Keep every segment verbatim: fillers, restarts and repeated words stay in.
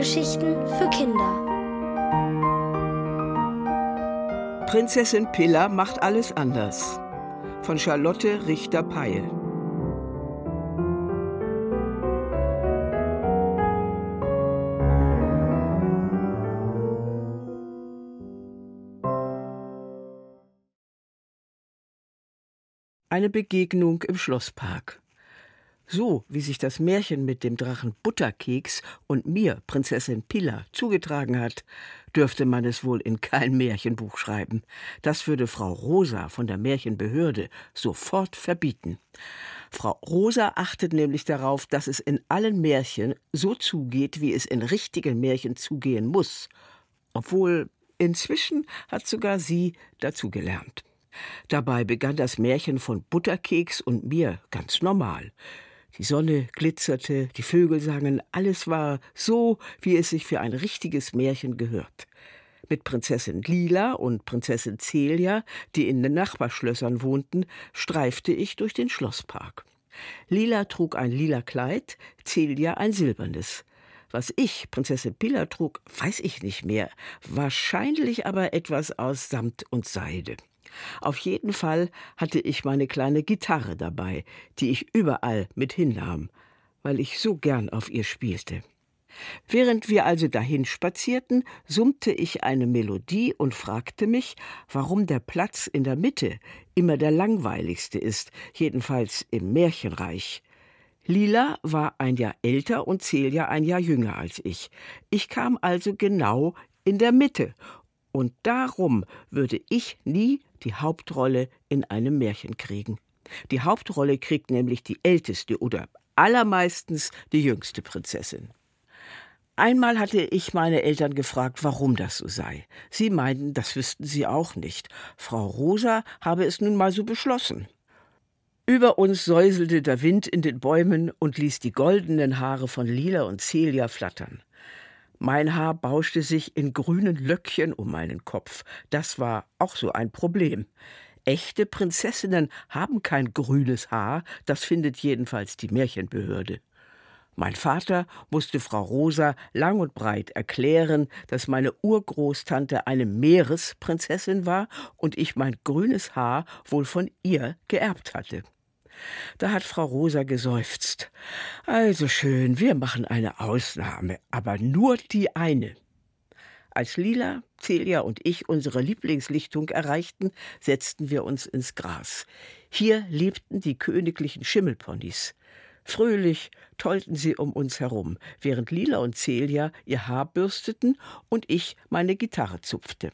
Hörgeschichten für Kinder. Prinzessin Pilla macht alles anders. Von Charlotte Richter-Peil. Eine Begegnung im Schlosspark. So, wie sich das Märchen mit dem Drachen Butterkeks und mir, Prinzessin Pilla, zugetragen hat, dürfte man es wohl in kein Märchenbuch schreiben. Das würde Frau Rosa von der Märchenbehörde sofort verbieten. Frau Rosa achtet nämlich darauf, dass es in allen Märchen so zugeht, wie es in richtigen Märchen zugehen muss. Obwohl, inzwischen hat sogar sie dazugelernt. Dabei begann das Märchen von Butterkeks und mir ganz normal. Die Sonne glitzerte, die Vögel sangen, alles war so, wie es sich für ein richtiges Märchen gehört. Mit Prinzessin Lila und Prinzessin Celia, die in den Nachbarschlössern wohnten, streifte ich durch den Schlosspark. Lila trug ein lila Kleid, Celia ein silbernes. Was ich, Prinzessin Pilla, trug, weiß ich nicht mehr, wahrscheinlich aber etwas aus Samt und Seide. Auf jeden Fall hatte ich meine kleine Gitarre dabei, die ich überall mit hinnahm, weil ich so gern auf ihr spielte. Während wir also dahin spazierten, summte ich eine Melodie und fragte mich, warum der Platz in der Mitte immer der langweiligste ist, jedenfalls im Märchenreich. Lila war ein Jahr älter und Celia ein Jahr jünger als ich. Ich kam also genau in der Mitte. Und darum würde ich nie die Hauptrolle in einem Märchen kriegen. Die Hauptrolle kriegt nämlich die älteste oder allermeistens die jüngste Prinzessin. Einmal hatte ich meine Eltern gefragt, warum das so sei. Sie meinten, das wüssten sie auch nicht. Frau Rosa habe es nun mal so beschlossen. Über uns säuselte der Wind in den Bäumen und ließ die goldenen Haare von Lila und Celia flattern. Mein Haar bauschte sich in grünen Löckchen um meinen Kopf. Das war auch so ein Problem. Echte Prinzessinnen haben kein grünes Haar, das findet jedenfalls die Märchenbehörde. Mein Vater musste Frau Rosa lang und breit erklären, dass meine Urgroßtante eine Meeresprinzessin war und ich mein grünes Haar wohl von ihr geerbt hatte. Da hat Frau Rosa geseufzt. Also schön, wir machen eine Ausnahme, aber nur die eine. Als Lila, Celia und ich unsere Lieblingslichtung erreichten, setzten wir uns ins Gras. Hier lebten die königlichen Schimmelponys. Fröhlich tollten sie um uns herum, während Lila und Celia ihr Haar bürsteten und ich meine Gitarre zupfte.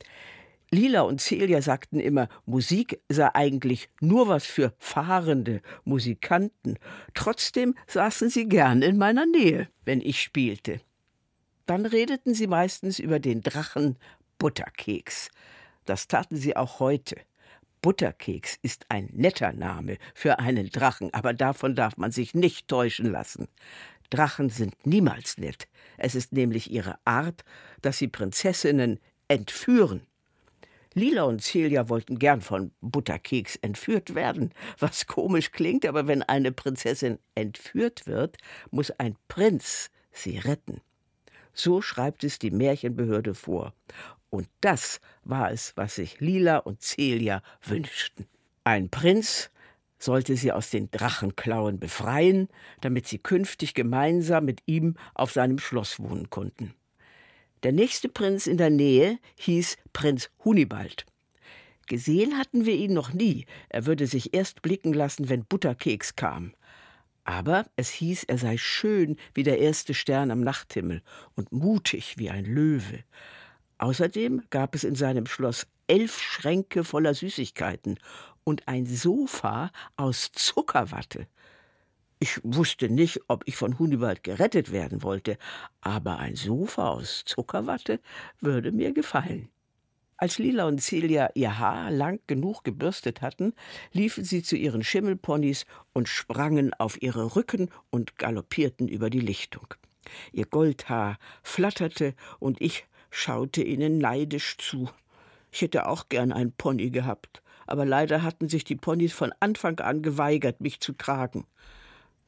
Lila und Celia sagten immer, Musik sei eigentlich nur was für fahrende Musikanten. Trotzdem saßen sie gern in meiner Nähe, wenn ich spielte. Dann redeten sie meistens über den Drachen Butterkeks. Das taten sie auch heute. Butterkeks ist ein netter Name für einen Drachen, aber davon darf man sich nicht täuschen lassen. Drachen sind niemals nett. Es ist nämlich ihre Art, dass sie Prinzessinnen entführen. Lila und Celia wollten gern von Butterkeks entführt werden, was komisch klingt, aber wenn eine Prinzessin entführt wird, muss ein Prinz sie retten. So schreibt es die Märchenbehörde vor. Und das war es, was sich Lila und Celia wünschten. Ein Prinz sollte sie aus den Drachenklauen befreien, damit sie künftig gemeinsam mit ihm auf seinem Schloss wohnen konnten. Der nächste Prinz in der Nähe hieß Prinz Hunibald. Gesehen hatten wir ihn noch nie. Er würde sich erst blicken lassen, wenn Butterkeks kam. Aber es hieß, er sei schön wie der erste Stern am Nachthimmel und mutig wie ein Löwe. Außerdem gab es in seinem Schloss elf Schränke voller Süßigkeiten und ein Sofa aus Zuckerwatte. Ich wusste nicht, ob ich von Hunibald gerettet werden wollte, aber ein Sofa aus Zuckerwatte würde mir gefallen. Als Lila und Celia ihr Haar lang genug gebürstet hatten, liefen sie zu ihren Schimmelponys und sprangen auf ihre Rücken und galoppierten über die Lichtung. Ihr Goldhaar flatterte und ich schaute ihnen neidisch zu. Ich hätte auch gern einen Pony gehabt, aber leider hatten sich die Ponys von Anfang an geweigert, mich zu tragen.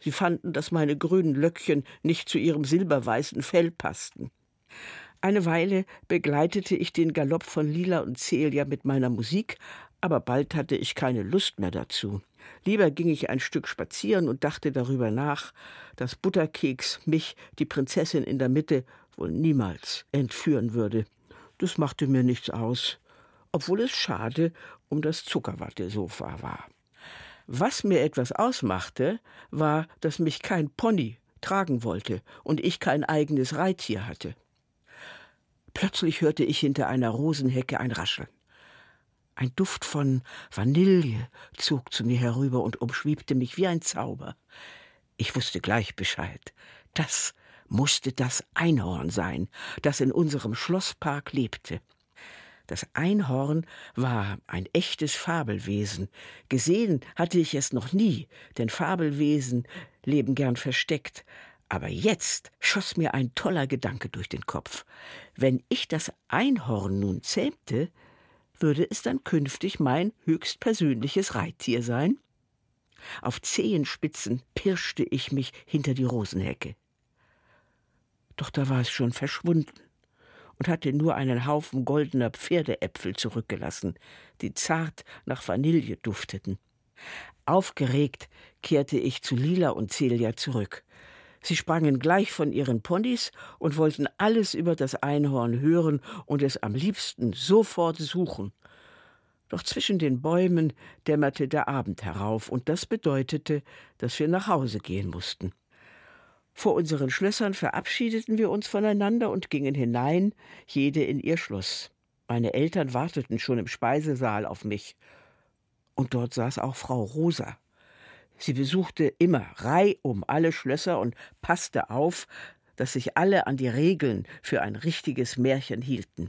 Sie fanden, dass meine grünen Löckchen nicht zu ihrem silberweißen Fell passten. Eine Weile begleitete ich den Galopp von Lila und Celia mit meiner Musik, aber bald hatte ich keine Lust mehr dazu. Lieber ging ich ein Stück spazieren und dachte darüber nach, dass Butterkeks mich, die Prinzessin in der Mitte, wohl niemals entführen würde. Das machte mir nichts aus, obwohl es schade um das Zuckerwattesofa war. Was mir etwas ausmachte, war, dass mich kein Pony tragen wollte und ich kein eigenes Reittier hatte. Plötzlich hörte ich hinter einer Rosenhecke ein Rascheln. Ein Duft von Vanille zog zu mir herüber und umschwebte mich wie ein Zauber. Ich wusste gleich Bescheid. Das musste das Einhorn sein, das in unserem Schlosspark lebte. Das Einhorn war ein echtes Fabelwesen. Gesehen hatte ich es noch nie, denn Fabelwesen leben gern versteckt. Aber jetzt schoss mir ein toller Gedanke durch den Kopf. Wenn ich das Einhorn nun zähmte, würde es dann künftig mein höchstpersönliches Reittier sein? Auf Zehenspitzen pirschte ich mich hinter die Rosenhecke. Doch da war es schon verschwunden und hatte nur einen Haufen goldener Pferdeäpfel zurückgelassen, die zart nach Vanille dufteten. Aufgeregt kehrte ich zu Lila und Celia zurück. Sie sprangen gleich von ihren Ponys und wollten alles über das Einhorn hören und es am liebsten sofort suchen. Doch zwischen den Bäumen dämmerte der Abend herauf, und das bedeutete, dass wir nach Hause gehen mussten. Vor unseren Schlössern verabschiedeten wir uns voneinander und gingen hinein, jede in ihr Schloss. Meine Eltern warteten schon im Speisesaal auf mich. Und dort saß auch Frau Rosa. Sie besuchte immer reihum alle Schlösser und passte auf, dass sich alle an die Regeln für ein richtiges Märchen hielten.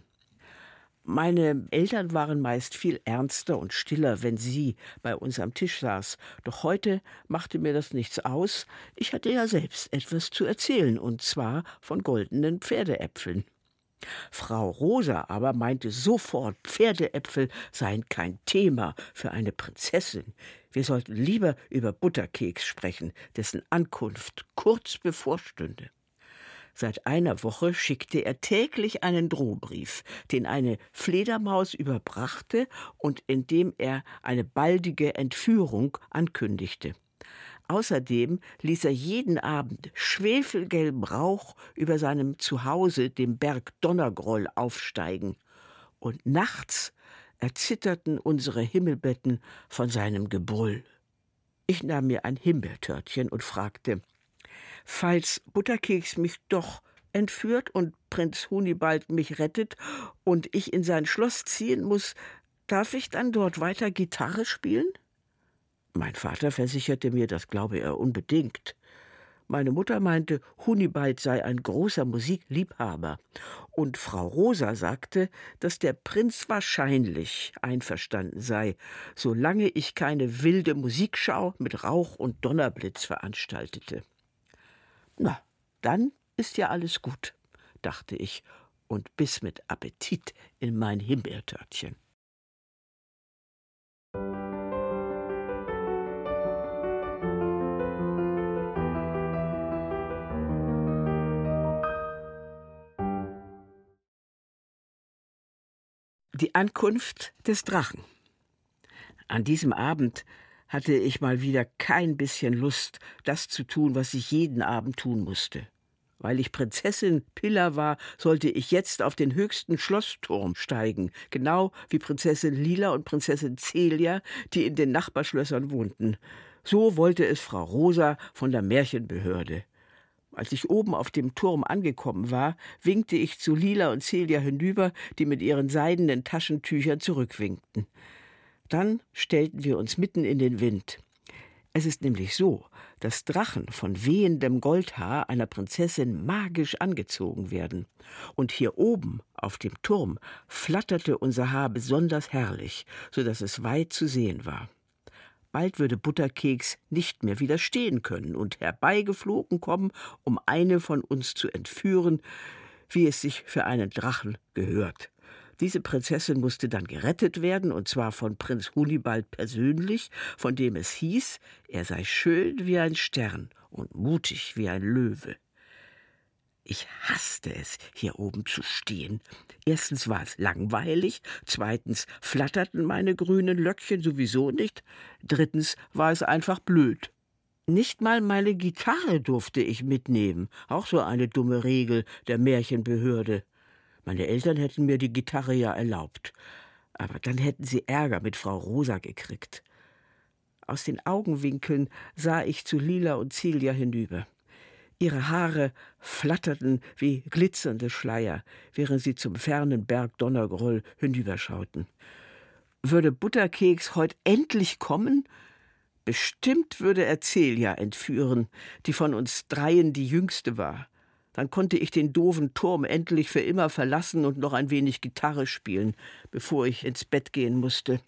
Meine Eltern waren meist viel ernster und stiller, wenn sie bei uns am Tisch saß. Doch heute machte mir das nichts aus. Ich hatte ja selbst etwas zu erzählen, und zwar von goldenen Pferdeäpfeln. Frau Rosa aber meinte sofort, Pferdeäpfel seien kein Thema für eine Prinzessin. Wir sollten lieber über Butterkeks sprechen, dessen Ankunft kurz bevorstünde. Seit einer Woche schickte er täglich einen Drohbrief, den eine Fledermaus überbrachte und in dem er eine baldige Entführung ankündigte. Außerdem ließ er jeden Abend schwefelgelben Rauch über seinem Zuhause, dem Berg Donnergroll, aufsteigen. Und nachts erzitterten unsere Himmelbetten von seinem Gebrüll. Ich nahm mir ein Himbeertörtchen und fragte: Falls Butterkeks mich doch entführt und Prinz Hunibald mich rettet und ich in sein Schloss ziehen muss, darf ich dann dort weiter Gitarre spielen? Mein Vater versicherte mir, das glaube er unbedingt. Meine Mutter meinte, Hunibald sei ein großer Musikliebhaber. Und Frau Rosa sagte, dass der Prinz wahrscheinlich einverstanden sei, solange ich keine wilde Musikschau mit Rauch und Donnerblitz veranstaltete. Na, dann ist ja alles gut, dachte ich und biss mit Appetit in mein Himbeertörtchen. Die Ankunft des Drachen. An diesem Abend hatte ich mal wieder kein bisschen Lust, das zu tun, was ich jeden Abend tun musste. Weil ich Prinzessin Pilla war, sollte ich jetzt auf den höchsten Schlossturm steigen, genau wie Prinzessin Lila und Prinzessin Celia, die in den Nachbarschlössern wohnten. So wollte es Frau Rosa von der Märchenbehörde. Als ich oben auf dem Turm angekommen war, winkte ich zu Lila und Celia hinüber, die mit ihren seidenen Taschentüchern zurückwinkten. Dann stellten wir uns mitten in den Wind. Es ist nämlich so, dass Drachen von wehendem Goldhaar einer Prinzessin magisch angezogen werden. Und hier oben auf dem Turm flatterte unser Haar besonders herrlich, so dass es weit zu sehen war. Bald würde Butterkeks nicht mehr widerstehen können und herbeigeflogen kommen, um eine von uns zu entführen, wie es sich für einen Drachen gehört. Diese Prinzessin musste dann gerettet werden, und zwar von Prinz Hunibald persönlich, von dem es hieß, er sei schön wie ein Stern und mutig wie ein Löwe. Ich hasste es, hier oben zu stehen. Erstens war es langweilig, zweitens flatterten meine grünen Löckchen sowieso nicht, drittens war es einfach blöd. Nicht mal meine Gitarre durfte ich mitnehmen, auch so eine dumme Regel der Märchenbehörde. Meine Eltern hätten mir die Gitarre ja erlaubt, aber dann hätten sie Ärger mit Frau Rosa gekriegt. Aus den Augenwinkeln sah ich zu Lila und Celia hinüber. Ihre Haare flatterten wie glitzernde Schleier, während sie zum fernen Berg Donnergroll hinüberschauten. Würde Butterkeks heut endlich kommen? Bestimmt würde er Celia entführen, die von uns dreien die jüngste war. Dann konnte ich den doofen Turm endlich für immer verlassen und noch ein wenig Gitarre spielen, bevor ich ins Bett gehen musste.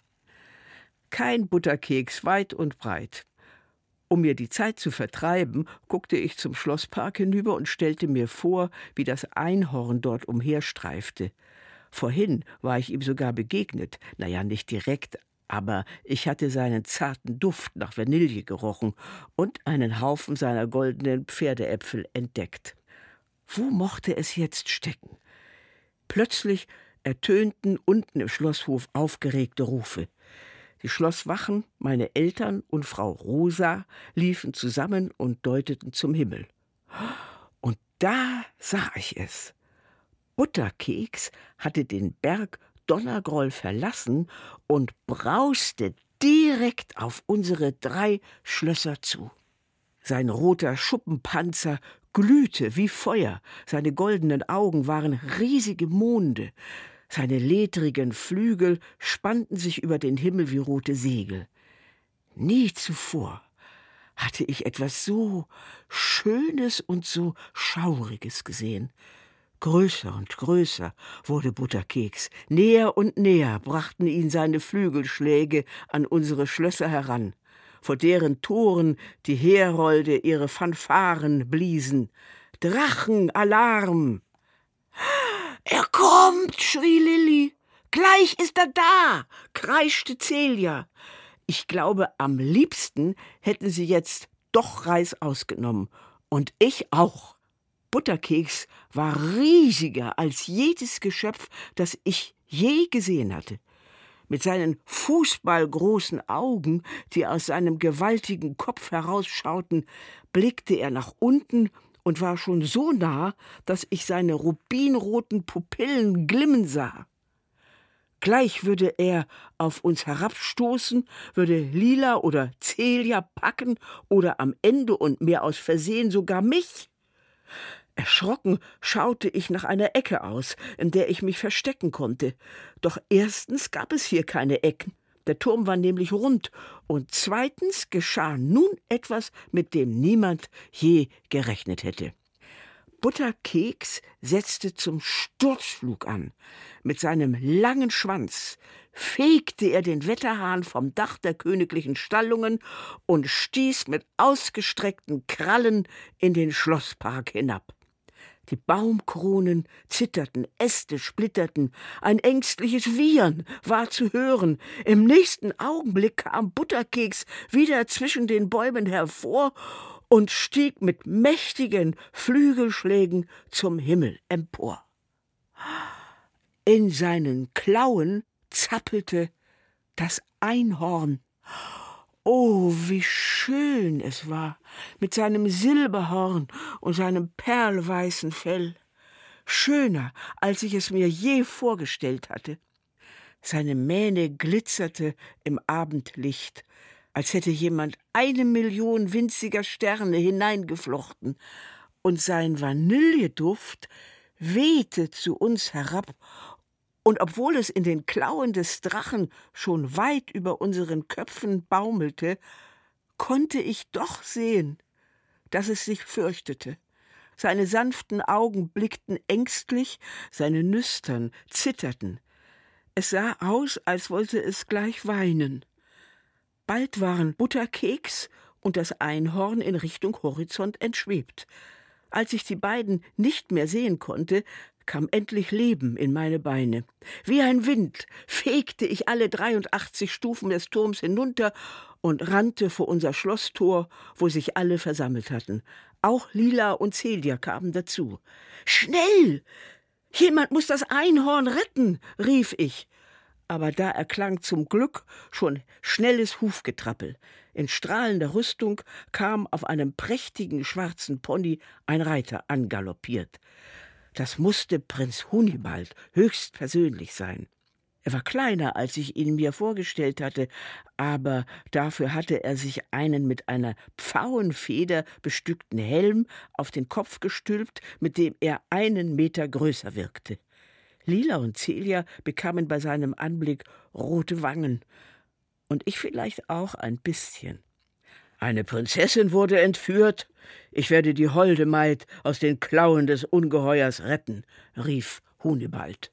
Kein Butterkeks, weit und breit. Um mir die Zeit zu vertreiben, guckte ich zum Schlosspark hinüber und stellte mir vor, wie das Einhorn dort umherstreifte. Vorhin war ich ihm sogar begegnet, naja, nicht direkt, aber ich hatte seinen zarten Duft nach Vanille gerochen und einen Haufen seiner goldenen Pferdeäpfel entdeckt. Wo mochte es jetzt stecken? Plötzlich ertönten unten im Schlosshof aufgeregte Rufe. Die Schlosswachen, meine Eltern und Frau Rosa liefen zusammen und deuteten zum Himmel. Und da sah ich es. Butterkeks hatte den Berg Donnergroll verlassen und brauste direkt auf unsere drei Schlösser zu. Sein roter Schuppenpanzer glühte wie Feuer, seine goldenen Augen waren riesige Monde, seine ledrigen Flügel spannten sich über den Himmel wie rote Segel. Nie zuvor hatte ich etwas so Schönes und so Schauriges gesehen. Größer und größer wurde Butterkeks. Näher und näher brachten ihn seine Flügelschläge an unsere Schlösser heran, vor deren Toren die Herolde ihre Fanfaren bliesen. Drachenalarm! »Er kommt«, schrie Lilli. »Gleich ist er da«, kreischte Celia. Ich glaube, am liebsten hätten sie jetzt doch Reißaus genommen. Und ich auch. Butterkeks war riesiger als jedes Geschöpf, das ich je gesehen hatte. Mit seinen fußballgroßen Augen, die aus seinem gewaltigen Kopf herausschauten, blickte er nach unten und war schon so nah, dass ich seine rubinroten Pupillen glimmen sah. Gleich würde er auf uns herabstoßen, würde Lila oder Celia packen oder am Ende und mehr aus Versehen sogar mich. Erschrocken schaute ich nach einer Ecke aus, in der ich mich verstecken konnte. Doch erstens gab es hier keine Ecken. Der Turm war nämlich rund. Und zweitens geschah nun etwas, mit dem niemand je gerechnet hätte. Butterkeks setzte zum Sturzflug an. Mit seinem langen Schwanz fegte er den Wetterhahn vom Dach der königlichen Stallungen und stieß mit ausgestreckten Krallen in den Schlosspark hinab. Die Baumkronen zitterten, Äste splitterten, ein ängstliches Wiehern war zu hören. Im nächsten Augenblick kam Butterkeks wieder zwischen den Bäumen hervor und stieg mit mächtigen Flügelschlägen zum Himmel empor. In seinen Klauen zappelte das Einhorn. Oh, wie schön es war, mit seinem Silberhorn und seinem perlweißen Fell. Schöner, als ich es mir je vorgestellt hatte. Seine Mähne glitzerte im Abendlicht, als hätte jemand eine Million winziger Sterne hineingeflochten, und sein Vanilleduft wehte zu uns herab. Und obwohl es in den Klauen des Drachen schon weit über unseren Köpfen baumelte, konnte ich doch sehen, dass es sich fürchtete. Seine sanften Augen blickten ängstlich, seine Nüstern zitterten. Es sah aus, als wollte es gleich weinen. Bald waren Butterkeks und das Einhorn in Richtung Horizont entschwebt. Als ich die beiden nicht mehr sehen konnte, kam endlich Leben in meine Beine. Wie ein Wind fegte ich alle dreiundachtzig Stufen des Turms hinunter und rannte vor unser Schlosstor, wo sich alle versammelt hatten. Auch Lila und Celia kamen dazu. »Schnell! Jemand muss das Einhorn retten«, rief ich. Aber da erklang zum Glück schon schnelles Hufgetrappel. In strahlender Rüstung kam auf einem prächtigen schwarzen Pony ein Reiter angaloppiert. Das musste Prinz Hunibald höchstpersönlich sein. Er war kleiner, als ich ihn mir vorgestellt hatte, aber dafür hatte er sich einen mit einer Pfauenfeder bestückten Helm auf den Kopf gestülpt, mit dem er einen Meter größer wirkte. Lila und Celia bekamen bei seinem Anblick rote Wangen. Und ich vielleicht auch ein bisschen. »Eine Prinzessin wurde entführt. Ich werde die holde Maid aus den Klauen des Ungeheuers retten«, rief Hunibald.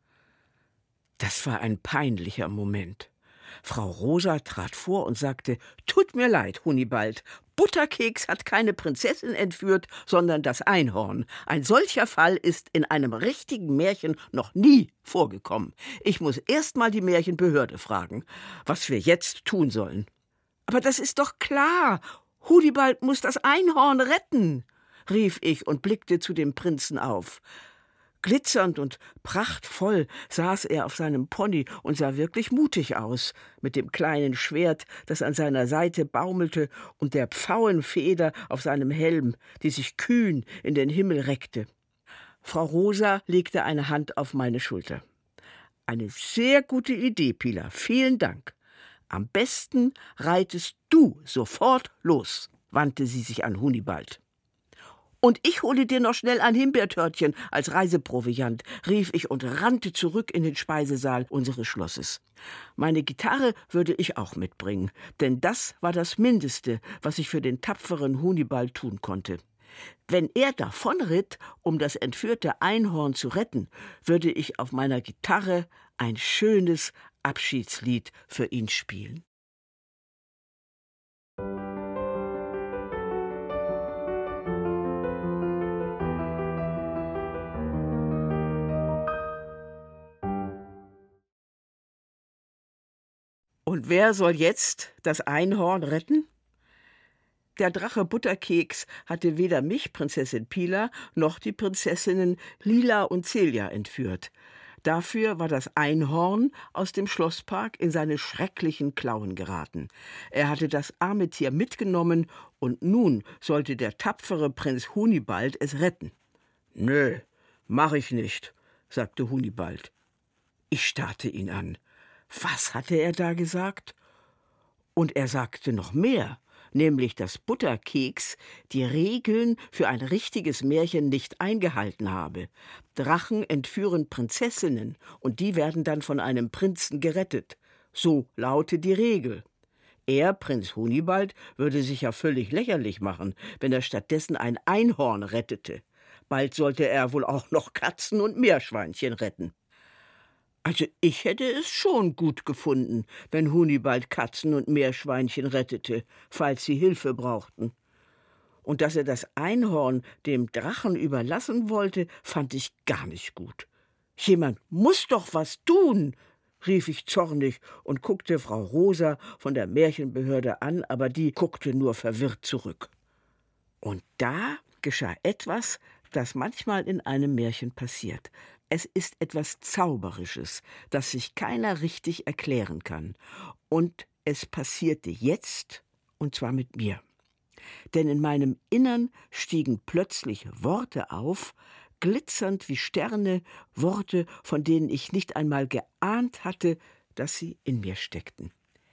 Das war ein peinlicher Moment. Frau Rosa trat vor und sagte, »Tut mir leid, Hunibald, Butterkeks hat keine Prinzessin entführt, sondern das Einhorn. Ein solcher Fall ist in einem richtigen Märchen noch nie vorgekommen. Ich muss erst mal die Märchenbehörde fragen, was wir jetzt tun sollen.« »Aber das ist doch klar, Hunibald muss das Einhorn retten«, rief ich und blickte zu dem Prinzen auf. Glitzernd und prachtvoll saß er auf seinem Pony und sah wirklich mutig aus, mit dem kleinen Schwert, das an seiner Seite baumelte, und der Pfauenfeder auf seinem Helm, die sich kühn in den Himmel reckte. Frau Rosa legte eine Hand auf meine Schulter. »Eine sehr gute Idee, Pilar, vielen Dank. Am besten reitest du sofort los«, wandte sie sich an Hunibald. »Und ich hole dir noch schnell ein Himbeertörtchen als Reiseproviant«, rief ich und rannte zurück in den Speisesaal unseres Schlosses. Meine Gitarre würde ich auch mitbringen, denn das war das Mindeste, was ich für den tapferen Hunibald tun konnte. Wenn er davonritt, um das entführte Einhorn zu retten, würde ich auf meiner Gitarre ein schönes Abschiedslied für ihn spielen. Und wer soll jetzt das Einhorn retten? Der Drache Butterkeks hatte weder mich, Prinzessin Pilar, noch die Prinzessinnen Lila und Celia entführt. Dafür war das Einhorn aus dem Schlosspark in seine schrecklichen Klauen geraten. Er hatte das arme Tier mitgenommen, und nun sollte der tapfere Prinz Hunibald es retten. »Nö, mach ich nicht«, sagte Hunibald. Ich starrte ihn an. Was hatte er da gesagt? Und er sagte noch mehr, nämlich, dass Butterkeks die Regeln für ein richtiges Märchen nicht eingehalten habe. Drachen entführen Prinzessinnen, und die werden dann von einem Prinzen gerettet. So laute die Regel. Er, Prinz Hunibald, würde sich ja völlig lächerlich machen, wenn er stattdessen ein Einhorn rettete. Bald sollte er wohl auch noch Katzen und Meerschweinchen retten. Also ich hätte es schon gut gefunden, wenn Hunibald Katzen und Meerschweinchen rettete, falls sie Hilfe brauchten. Und dass er das Einhorn dem Drachen überlassen wollte, fand ich gar nicht gut. »Jemand muss doch was tun«, rief ich zornig und guckte Frau Rosa von der Märchenbehörde an, aber die guckte nur verwirrt zurück. Und da geschah etwas, das manchmal in einem Märchen passiert. Es ist etwas Zauberisches, das sich keiner richtig erklären kann. Und es passierte jetzt, und zwar mit mir. Denn in meinem Innern stiegen plötzlich Worte auf, glitzernd wie Sterne, Worte, von denen ich nicht einmal geahnt hatte, dass sie in mir steckten.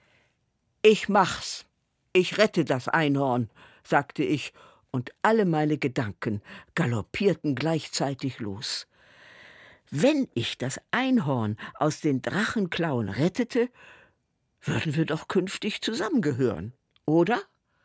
»Ich mach's, ich rette das Einhorn«, sagte ich, und alle meine Gedanken galoppierten gleichzeitig los. Wenn ich das Einhorn aus den Drachenklauen rettete, würden wir doch künftig zusammengehören, oder?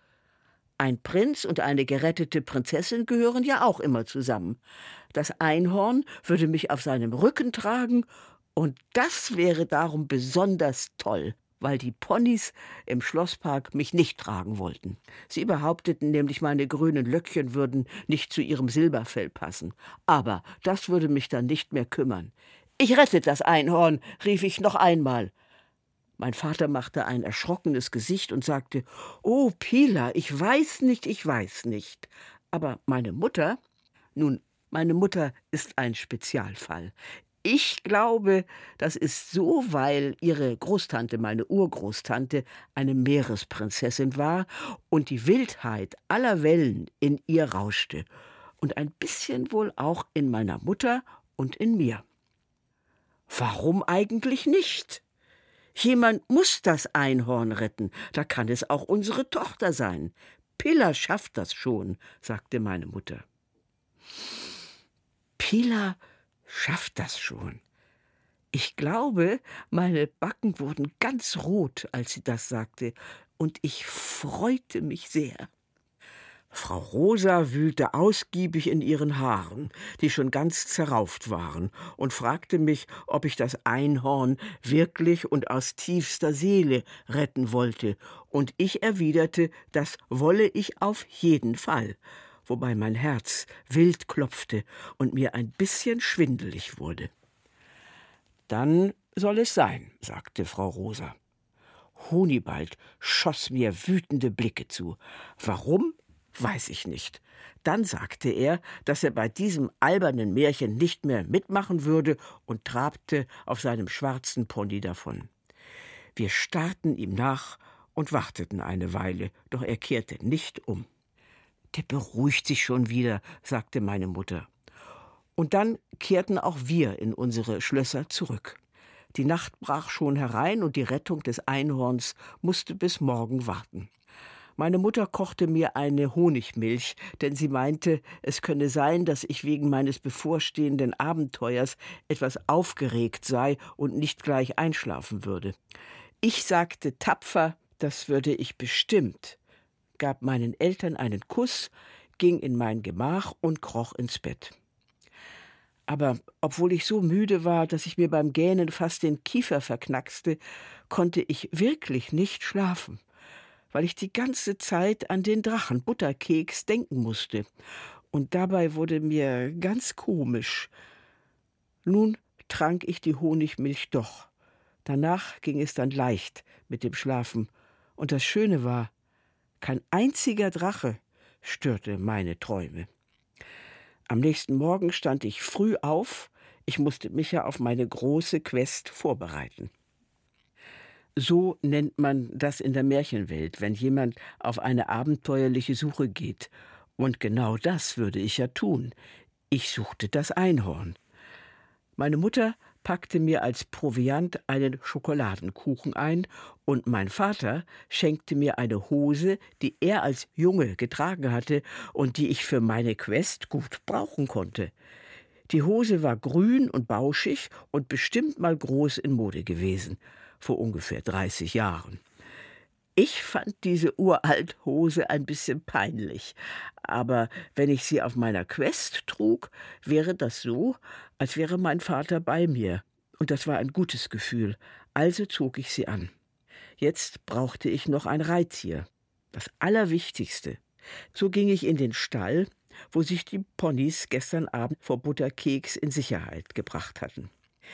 Ein Prinz und eine gerettete Prinzessin gehören ja auch immer zusammen. Das Einhorn würde mich auf seinem Rücken tragen, und das wäre darum besonders toll. weil die Ponys im Schlosspark mich nicht tragen wollten. Sie behaupteten nämlich, meine grünen Löckchen würden nicht zu ihrem Silberfell passen. Aber das würde mich dann nicht mehr kümmern. »Ich rette das Einhorn«, rief ich noch einmal. Mein Vater machte ein erschrockenes Gesicht und sagte, »Oh, Pila, ich weiß nicht, ich weiß nicht.« Aber meine Mutter, nun, meine Mutter ist ein Spezialfall. Ich glaube, das ist so, weil ihre Großtante, meine Urgroßtante, eine Meeresprinzessin war und die Wildheit aller Wellen in ihr rauschte und ein bisschen wohl auch in meiner Mutter und in mir. Warum eigentlich nicht? Jemand muss das Einhorn retten, da kann es auch unsere Tochter sein. Pila schafft das schon, sagte meine Mutter. Pila schafft das schon. Ich glaube, meine Backen wurden ganz rot, als sie das sagte, und ich freute mich sehr. Frau Rosa wühlte ausgiebig in ihren Haaren, die schon ganz zerrauft waren, und fragte mich, ob ich das Einhorn wirklich und aus tiefster Seele retten wollte, und ich erwiderte, das wolle ich auf jeden Fall, wobei mein Herz wild klopfte und mir ein bisschen schwindelig wurde. »Dann soll es sein«, sagte Frau Rosa. Honibald schoss mir wütende Blicke zu. Warum? Weiß ich nicht. Dann sagte er, dass er bei diesem albernen Märchen nicht mehr mitmachen würde und trabte auf seinem schwarzen Pony davon. Wir starrten ihm nach und warteten eine Weile, doch er kehrte nicht um. »Der beruhigt sich schon wieder«, sagte meine Mutter. Und dann kehrten auch wir in unsere Schlösser zurück. Die Nacht brach schon herein und die Rettung des Einhorns musste bis morgen warten. Meine Mutter kochte mir eine Honigmilch, denn sie meinte, es könne sein, dass ich wegen meines bevorstehenden Abenteuers etwas aufgeregt sei und nicht gleich einschlafen würde. Ich sagte tapfer, das würde ich bestimmt, gab meinen Eltern einen Kuss, ging in mein Gemach und kroch ins Bett. Aber obwohl ich so müde war, dass ich mir beim Gähnen fast den Kiefer verknackste, konnte ich wirklich nicht schlafen, weil ich die ganze Zeit an den Drachen Butterkeks denken musste. Und dabei wurde mir ganz komisch. Nun trank ich die Honigmilch doch. Danach ging es dann leicht mit dem Schlafen. Und das Schöne war, kein einziger Drache störte meine Träume. Am nächsten Morgen stand ich früh auf. Ich musste mich ja auf meine große Quest vorbereiten. So nennt man das in der Märchenwelt, wenn jemand auf eine abenteuerliche Suche geht. Und genau das würde ich ja tun. Ich suchte das Einhorn. Meine Mutter packte mir als Proviant einen Schokoladenkuchen ein und mein Vater schenkte mir eine Hose, die er als Junge getragen hatte und die ich für meine Quest gut brauchen konnte. Die Hose war grün und bauschig und bestimmt mal groß in Mode gewesen, vor ungefähr dreißig Jahren. Ich fand diese uralt Hose ein bisschen peinlich, aber wenn ich sie auf meiner Quest trug, wäre das so, als wäre mein Vater bei mir. Und das war ein gutes Gefühl, also zog ich sie an. Jetzt brauchte ich noch ein Reittier, das Allerwichtigste. So ging ich in den Stall, wo sich die Ponys gestern Abend vor Butterkeks in Sicherheit gebracht hatten.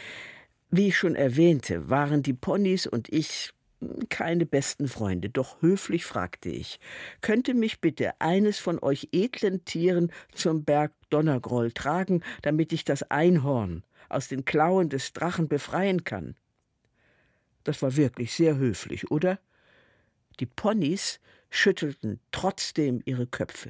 Wie ich schon erwähnte, waren die Ponys und ich keine besten Freunde, doch höflich fragte ich, könnte mich bitte eines von euch edlen Tieren zum Berg Donnergroll tragen, damit ich das Einhorn aus den Klauen des Drachen befreien kann? Das war wirklich sehr höflich, oder? Die Ponys schüttelten trotzdem ihre Köpfe.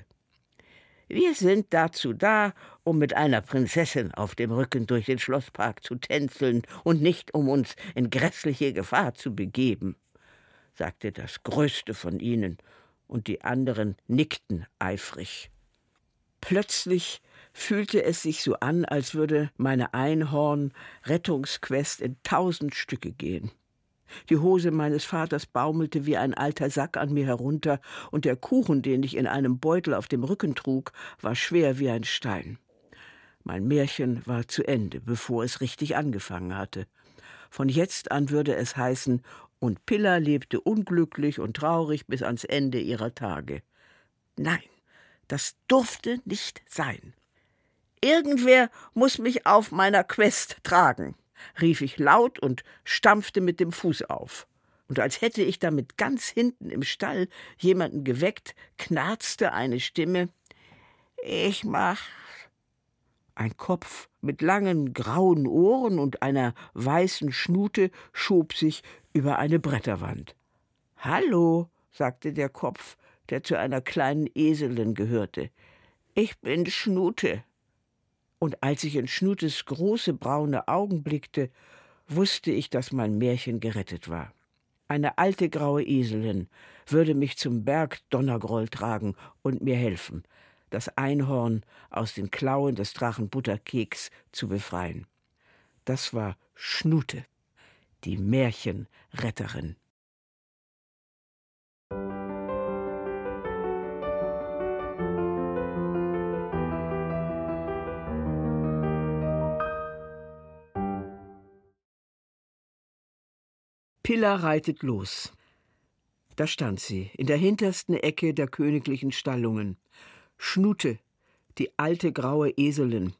Wir sind dazu da, um mit einer Prinzessin auf dem Rücken durch den Schlosspark zu tänzeln und nicht um uns in grässliche Gefahr zu begeben, sagte das Größte von ihnen, und die anderen nickten eifrig. Plötzlich fühlte es sich so an, als würde meine Einhorn-Rettungsquest in tausend Stücke gehen. Die Hose meines Vaters baumelte wie ein alter Sack an mir herunter, und der Kuchen, den ich in einem Beutel auf dem Rücken trug, war schwer wie ein Stein. Mein Märchen war zu Ende, bevor es richtig angefangen hatte. Von jetzt an würde es heißen, und Pilla lebte unglücklich und traurig bis ans Ende ihrer Tage. Nein, das durfte nicht sein. »Irgendwer muss mich auf meiner Quest tragen«, rief ich laut und stampfte mit dem Fuß auf. Und als hätte ich damit ganz hinten im Stall jemanden geweckt, knarzte eine Stimme: »Ich mach's.« Ein Kopf mit langen grauen Ohren und einer weißen Schnute schob sich über eine Bretterwand. »Hallo«, sagte der Kopf, der zu einer kleinen Eselin gehörte. »Ich bin Schnute.« Und als ich in Schnutes große braune Augen blickte, wusste ich, dass mein Märchen gerettet war. Eine alte graue Eselin würde mich zum Berg Donnergroll tragen und mir helfen, das Einhorn aus den Klauen des Drachen Butterkeks zu befreien. Das war Schnute, die Märchenretterin. Pilla reitet los. Da stand sie, in der hintersten Ecke der königlichen Stallungen. Schnute, die alte graue Eselin.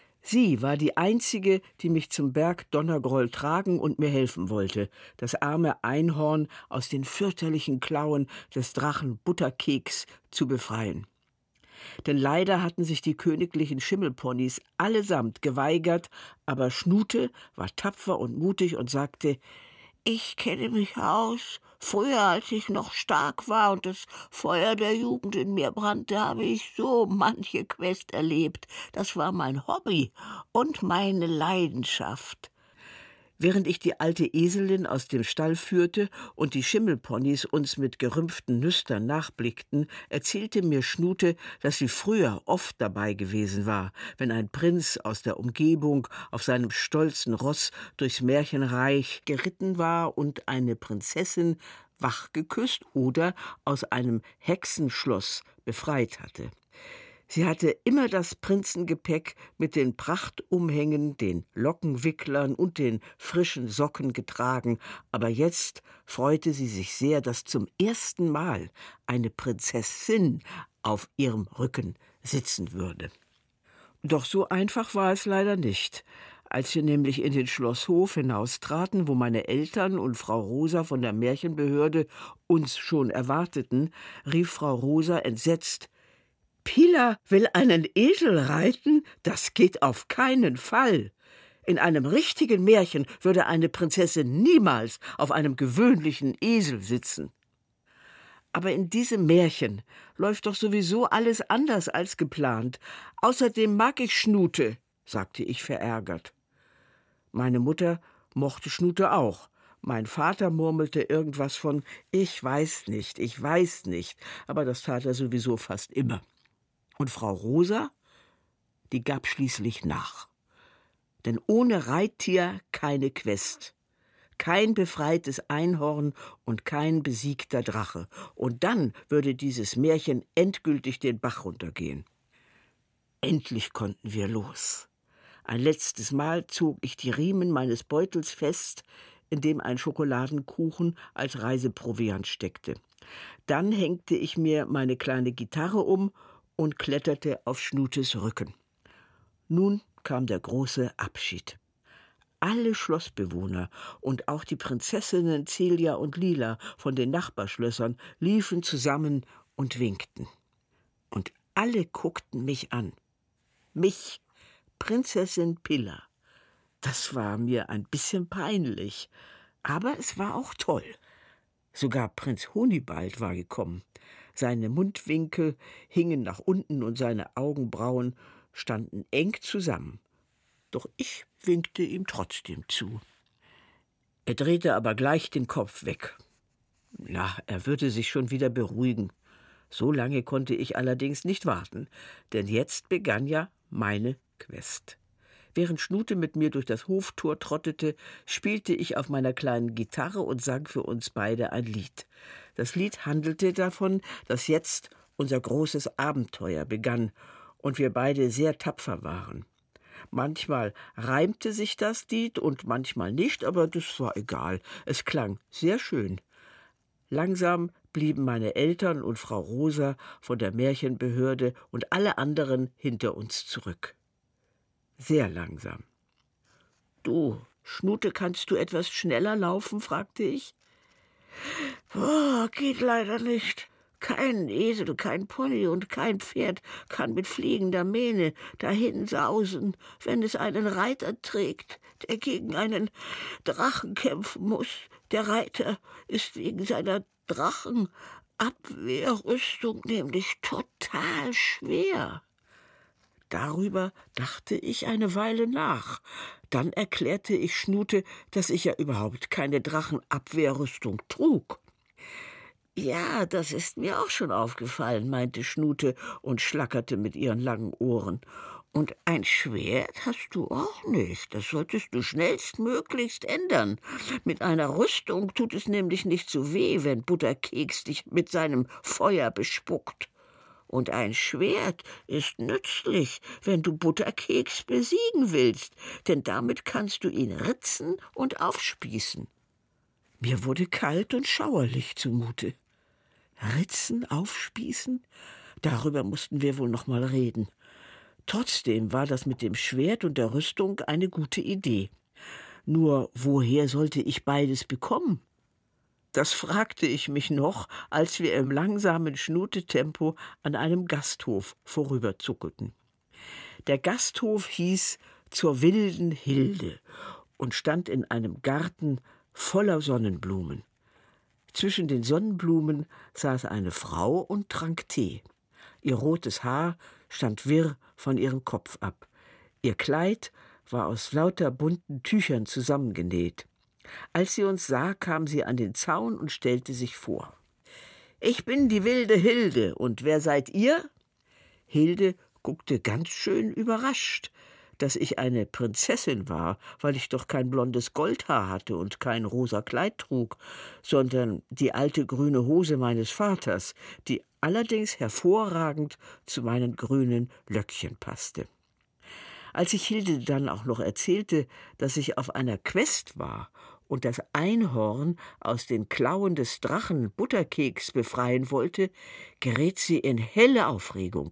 Sie war die einzige, die mich zum Berg Donnergroll tragen und mir helfen wollte, das arme Einhorn aus den fürchterlichen Klauen des Drachen Butterkeks zu befreien. Denn leider hatten sich die königlichen Schimmelponys allesamt geweigert, aber Schnute war tapfer und mutig und sagte: »Ich kenne mich aus. Früher, als ich noch stark war und das Feuer der Jugend in mir brannte, habe ich so manche Quest erlebt. Das war mein Hobby und meine Leidenschaft.« Während ich die alte Eselin aus dem Stall führte und die Schimmelponys uns mit gerümpften Nüstern nachblickten, erzählte mir Schnute, dass sie früher oft dabei gewesen war, wenn ein Prinz aus der Umgebung auf seinem stolzen Ross durchs Märchenreich geritten war und eine Prinzessin wach geküsst oder aus einem Hexenschloss befreit hatte. Sie hatte immer das Prinzengepäck mit den Prachtumhängen, den Lockenwicklern und den frischen Socken getragen, aber jetzt freute sie sich sehr, dass zum ersten Mal eine Prinzessin auf ihrem Rücken sitzen würde. Doch so einfach war es leider nicht. Als wir nämlich in den Schlosshof hinaustraten, wo meine Eltern und Frau Rosa von der Märchenbehörde uns schon erwarteten, rief Frau Rosa entsetzt: »Pilla will einen Esel reiten? Das geht auf keinen Fall. In einem richtigen Märchen würde eine Prinzessin niemals auf einem gewöhnlichen Esel sitzen.« »Aber in diesem Märchen läuft doch sowieso alles anders als geplant. Außerdem mag ich Schnute«, sagte ich verärgert. Meine Mutter mochte Schnute auch. Mein Vater murmelte irgendwas von »Ich weiß nicht, ich weiß nicht«, aber das tat er sowieso fast immer. Und Frau Rosa, die gab schließlich nach. Denn ohne Reittier keine Quest, kein befreites Einhorn und kein besiegter Drache. Und dann würde dieses Märchen endgültig den Bach runtergehen. Endlich konnten wir los. Ein letztes Mal zog ich die Riemen meines Beutels fest, in dem ein Schokoladenkuchen als Reiseproviant steckte. Dann hängte ich mir meine kleine Gitarre um und kletterte auf Schnutes Rücken. Nun kam der große Abschied. Alle Schlossbewohner und auch die Prinzessinnen Celia und Lila von den Nachbarschlössern liefen zusammen und winkten. Und alle guckten mich an. Mich, Prinzessin Pilla. Das war mir ein bisschen peinlich, aber es war auch toll. Sogar Prinz Honibald war gekommen. Seine Mundwinkel hingen nach unten und seine Augenbrauen standen eng zusammen. Doch ich winkte ihm trotzdem zu. Er drehte aber gleich den Kopf weg. Na, er würde sich schon wieder beruhigen. So lange konnte ich allerdings nicht warten, denn jetzt begann ja meine Quest. Während Schnute mit mir durch das Hoftor trottete, spielte ich auf meiner kleinen Gitarre und sang für uns beide ein Lied. Das Lied handelte davon, dass jetzt unser großes Abenteuer begann und wir beide sehr tapfer waren. Manchmal reimte sich das Lied und manchmal nicht, aber das war egal. Es klang sehr schön. Langsam blieben meine Eltern und Frau Rosa von der Märchenbehörde und alle anderen hinter uns zurück. Sehr langsam. »Du, Schnute, kannst du etwas schneller laufen?« fragte ich. »Oh, geht leider nicht. Kein Esel, kein Pony und kein Pferd kann mit fliegender Mähne dahin sausen, wenn es einen Reiter trägt, der gegen einen Drachen kämpfen muss. Der Reiter ist wegen seiner Drachenabwehrrüstung nämlich total schwer.« Darüber dachte ich eine Weile nach. Dann erklärte ich Schnute, dass ich ja überhaupt keine Drachenabwehrrüstung trug. »Ja, das ist mir auch schon aufgefallen«, meinte Schnute und schlackerte mit ihren langen Ohren. »Und ein Schwert hast du auch nicht. Das solltest du schnellstmöglichst ändern. Mit einer Rüstung tut es nämlich nicht so weh, wenn Butterkeks dich mit seinem Feuer bespuckt. Und ein Schwert ist nützlich, wenn du Butterkeks besiegen willst, denn damit kannst du ihn ritzen und aufspießen.« Mir wurde kalt und schauerlich zumute. Ritzen, aufspießen? Darüber mussten wir wohl noch mal reden. Trotzdem war das mit dem Schwert und der Rüstung eine gute Idee. Nur woher sollte ich beides bekommen? Das fragte ich mich noch, als wir im langsamen Schnutetempo an einem Gasthof vorüberzuckelten. Der Gasthof hieß »Zur wilden Hilde« und stand in einem Garten voller Sonnenblumen. Zwischen den Sonnenblumen saß eine Frau und trank Tee. Ihr rotes Haar stand wirr von ihrem Kopf ab. Ihr Kleid war aus lauter bunten Tüchern zusammengenäht. Als sie uns sah, kam sie an den Zaun und stellte sich vor. »Ich bin die wilde Hilde, und wer seid ihr?« Hilde guckte ganz schön überrascht, dass ich eine Prinzessin war, weil ich doch kein blondes Goldhaar hatte und kein rosa Kleid trug, sondern die alte grüne Hose meines Vaters, die allerdings hervorragend zu meinen grünen Löckchen passte. Als ich Hilde dann auch noch erzählte, dass ich auf einer Quest war und das Einhorn aus den Klauen des Drachen Butterkeks befreien wollte, geriet sie in helle Aufregung.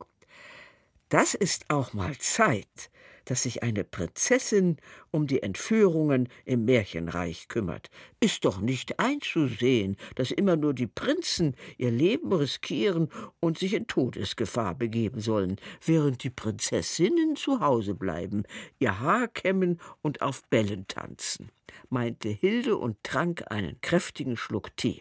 Das ist auch mal Zeit, dass sich eine Prinzessin um die Entführungen im Märchenreich kümmert. Ist doch nicht einzusehen, dass immer nur die Prinzen ihr Leben riskieren und sich in Todesgefahr begeben sollen, während die Prinzessinnen zu Hause bleiben, ihr Haar kämmen und auf Bällen tanzen«, meinte Hilde und trank einen kräftigen Schluck Tee.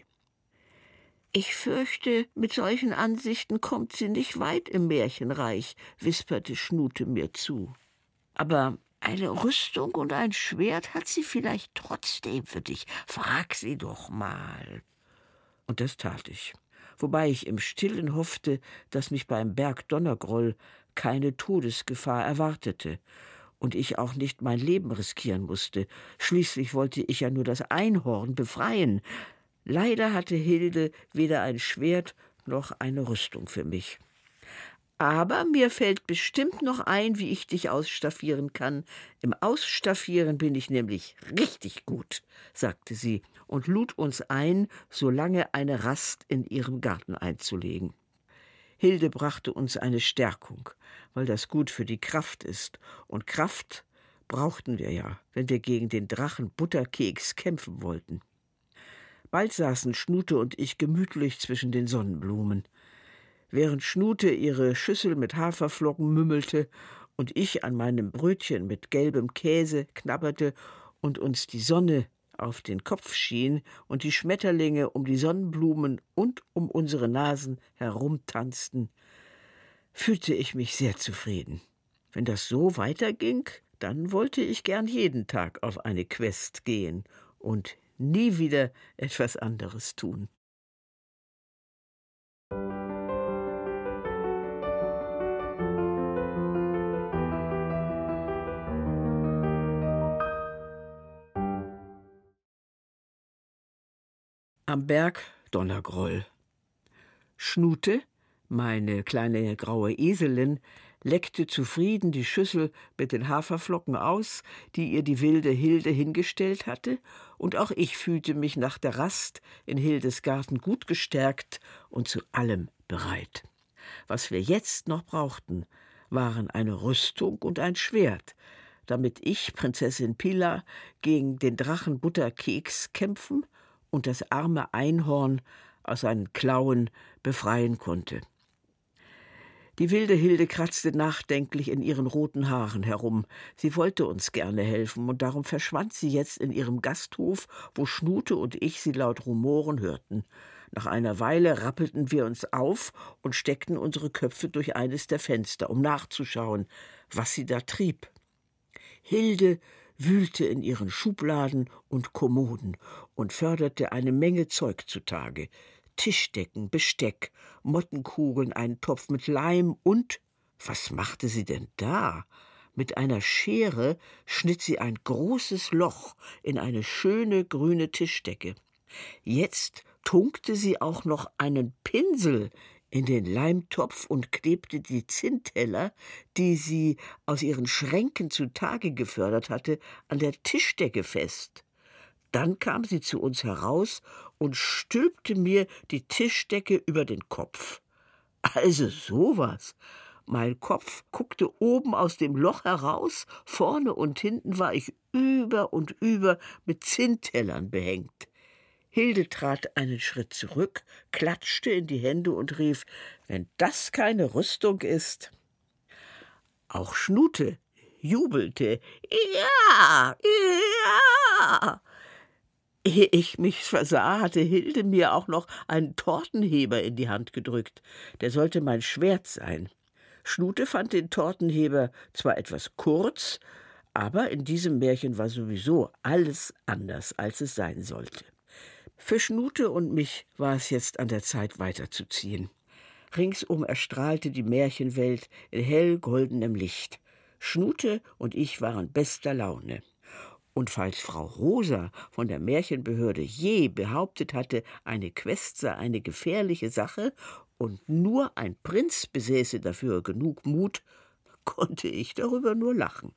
»Ich fürchte, mit solchen Ansichten kommt sie nicht weit im Märchenreich«, wisperte Schnute mir zu. »Aber eine Rüstung und ein Schwert hat sie vielleicht trotzdem für dich. Frag sie doch mal.« Und das tat ich, wobei ich im Stillen hoffte, dass mich beim Berg Donnergroll keine Todesgefahr erwartete und ich auch nicht mein Leben riskieren musste. Schließlich wollte ich ja nur das Einhorn befreien. Leider hatte Hilde weder ein Schwert noch eine Rüstung für mich. »Aber mir fällt bestimmt noch ein, wie ich dich ausstaffieren kann. Im Ausstaffieren bin ich nämlich richtig gut«, sagte sie und lud uns ein, so lange eine Rast in ihrem Garten einzulegen. Hilde brachte uns eine Stärkung, weil das gut für die Kraft ist. Und Kraft brauchten wir ja, wenn wir gegen den Drachen Butterkeks kämpfen wollten. Bald saßen Schnute und ich gemütlich zwischen den Sonnenblumen. Während Schnute ihre Schüssel mit Haferflocken mümmelte und ich an meinem Brötchen mit gelbem Käse knabberte und uns die Sonne auf den Kopf schien und die Schmetterlinge um die Sonnenblumen und um unsere Nasen herumtanzten, fühlte ich mich sehr zufrieden. Wenn das so weiterging, dann wollte ich gern jeden Tag auf eine Quest gehen und nie wieder etwas anderes tun. Am Berg Donnergroll. Schnute, meine kleine graue Eselin, leckte zufrieden die Schüssel mit den Haferflocken aus, die ihr die wilde Hilde hingestellt hatte, und auch ich fühlte mich nach der Rast in Hildes Garten gut gestärkt und zu allem bereit. Was wir jetzt noch brauchten, waren eine Rüstung und ein Schwert, damit ich, Prinzessin Pila, gegen den Drachen Butterkeks kämpfen und das arme Einhorn aus seinen Klauen befreien konnte. Die wilde Hilde kratzte nachdenklich in ihren roten Haaren herum. Sie wollte uns gerne helfen, und darum verschwand sie jetzt in ihrem Gasthof, wo Schnute und ich sie laut rumoren hörten. Nach einer Weile rappelten wir uns auf und steckten unsere Köpfe durch eines der Fenster, um nachzuschauen, was sie da trieb. Hilde wühlte in ihren Schubladen und Kommoden und förderte eine Menge Zeug zutage. Tischdecken, Besteck, Mottenkugeln, einen Topf mit Leim und, was machte sie denn da? Mit einer Schere schnitt sie ein großes Loch in eine schöne grüne Tischdecke. Jetzt tunkte sie auch noch einen Pinsel in den Leimtopf und klebte die Zinnteller, die sie aus ihren Schränken zutage gefördert hatte, an der Tischdecke fest. Dann kam sie zu uns heraus und stülpte mir die Tischdecke über den Kopf. Also sowas. Mein Kopf guckte oben aus dem Loch heraus, vorne und hinten war ich über und über mit Zinntellern behängt. Hilde trat einen Schritt zurück, klatschte in die Hände und rief, wenn das keine Rüstung ist. Auch Schnute jubelte, ja, ja. Ehe ich mich versah, hatte Hilde mir auch noch einen Tortenheber in die Hand gedrückt. Der sollte mein Schwert sein. Schnute fand den Tortenheber zwar etwas kurz, aber in diesem Märchen war sowieso alles anders, als es sein sollte. Für Schnute und mich war es jetzt an der Zeit, weiterzuziehen. Ringsum erstrahlte die Märchenwelt in hellgoldenem Licht. Schnute und ich waren bester Laune. Und falls Frau Rosa von der Märchenbehörde je behauptet hatte, eine Quest sei eine gefährliche Sache und nur ein Prinz besäße dafür genug Mut, konnte ich darüber nur lachen.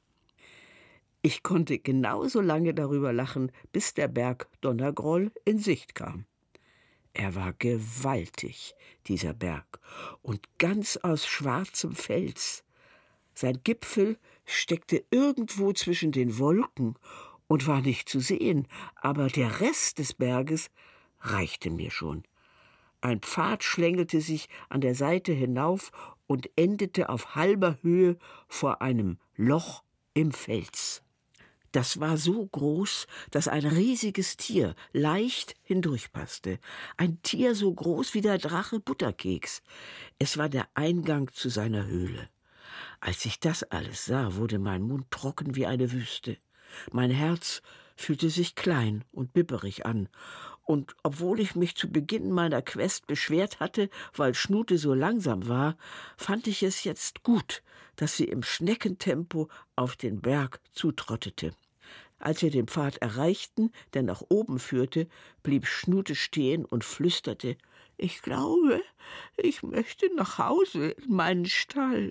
Ich konnte genauso lange darüber lachen, bis der Berg Donnergroll in Sicht kam. Er war gewaltig, dieser Berg, und ganz aus schwarzem Fels. Sein Gipfel steckte irgendwo zwischen den Wolken und war nicht zu sehen, aber der Rest des Berges reichte mir schon. Ein Pfad schlängelte sich an der Seite hinauf und endete auf halber Höhe vor einem Loch im Fels. Das war so groß, dass ein riesiges Tier leicht hindurchpasste. Ein Tier so groß wie der Drache Butterkeks. Es war der Eingang zu seiner Höhle. Als ich das alles sah, wurde mein Mund trocken wie eine Wüste. Mein Herz fühlte sich klein und bibberig an. Und obwohl ich mich zu Beginn meiner Quest beschwert hatte, weil Schnute so langsam war, fand ich es jetzt gut, dass sie im Schneckentempo auf den Berg zutrottete. Als wir den Pfad erreichten, der nach oben führte, blieb Schnute stehen und flüsterte, »Ich glaube, ich möchte nach Hause in meinen Stall.«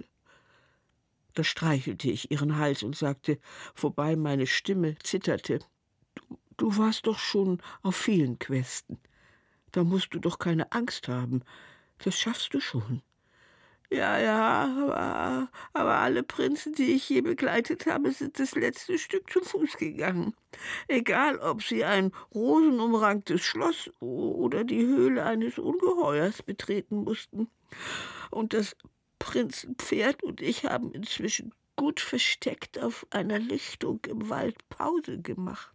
Da streichelte ich ihren Hals und sagte, wobei meine Stimme zitterte, »Du, du warst doch schon auf vielen Questen. Da musst du doch keine Angst haben. Das schaffst du schon.« »Ja, ja, aber, aber alle Prinzen, die ich je begleitet habe, sind das letzte Stück zu Fuß gegangen. Egal, ob sie ein rosenumranktes Schloss oder die Höhle eines Ungeheuers betreten mussten. Und das Prinzenpferd und ich haben inzwischen gut versteckt auf einer Lichtung im Wald Pause gemacht.«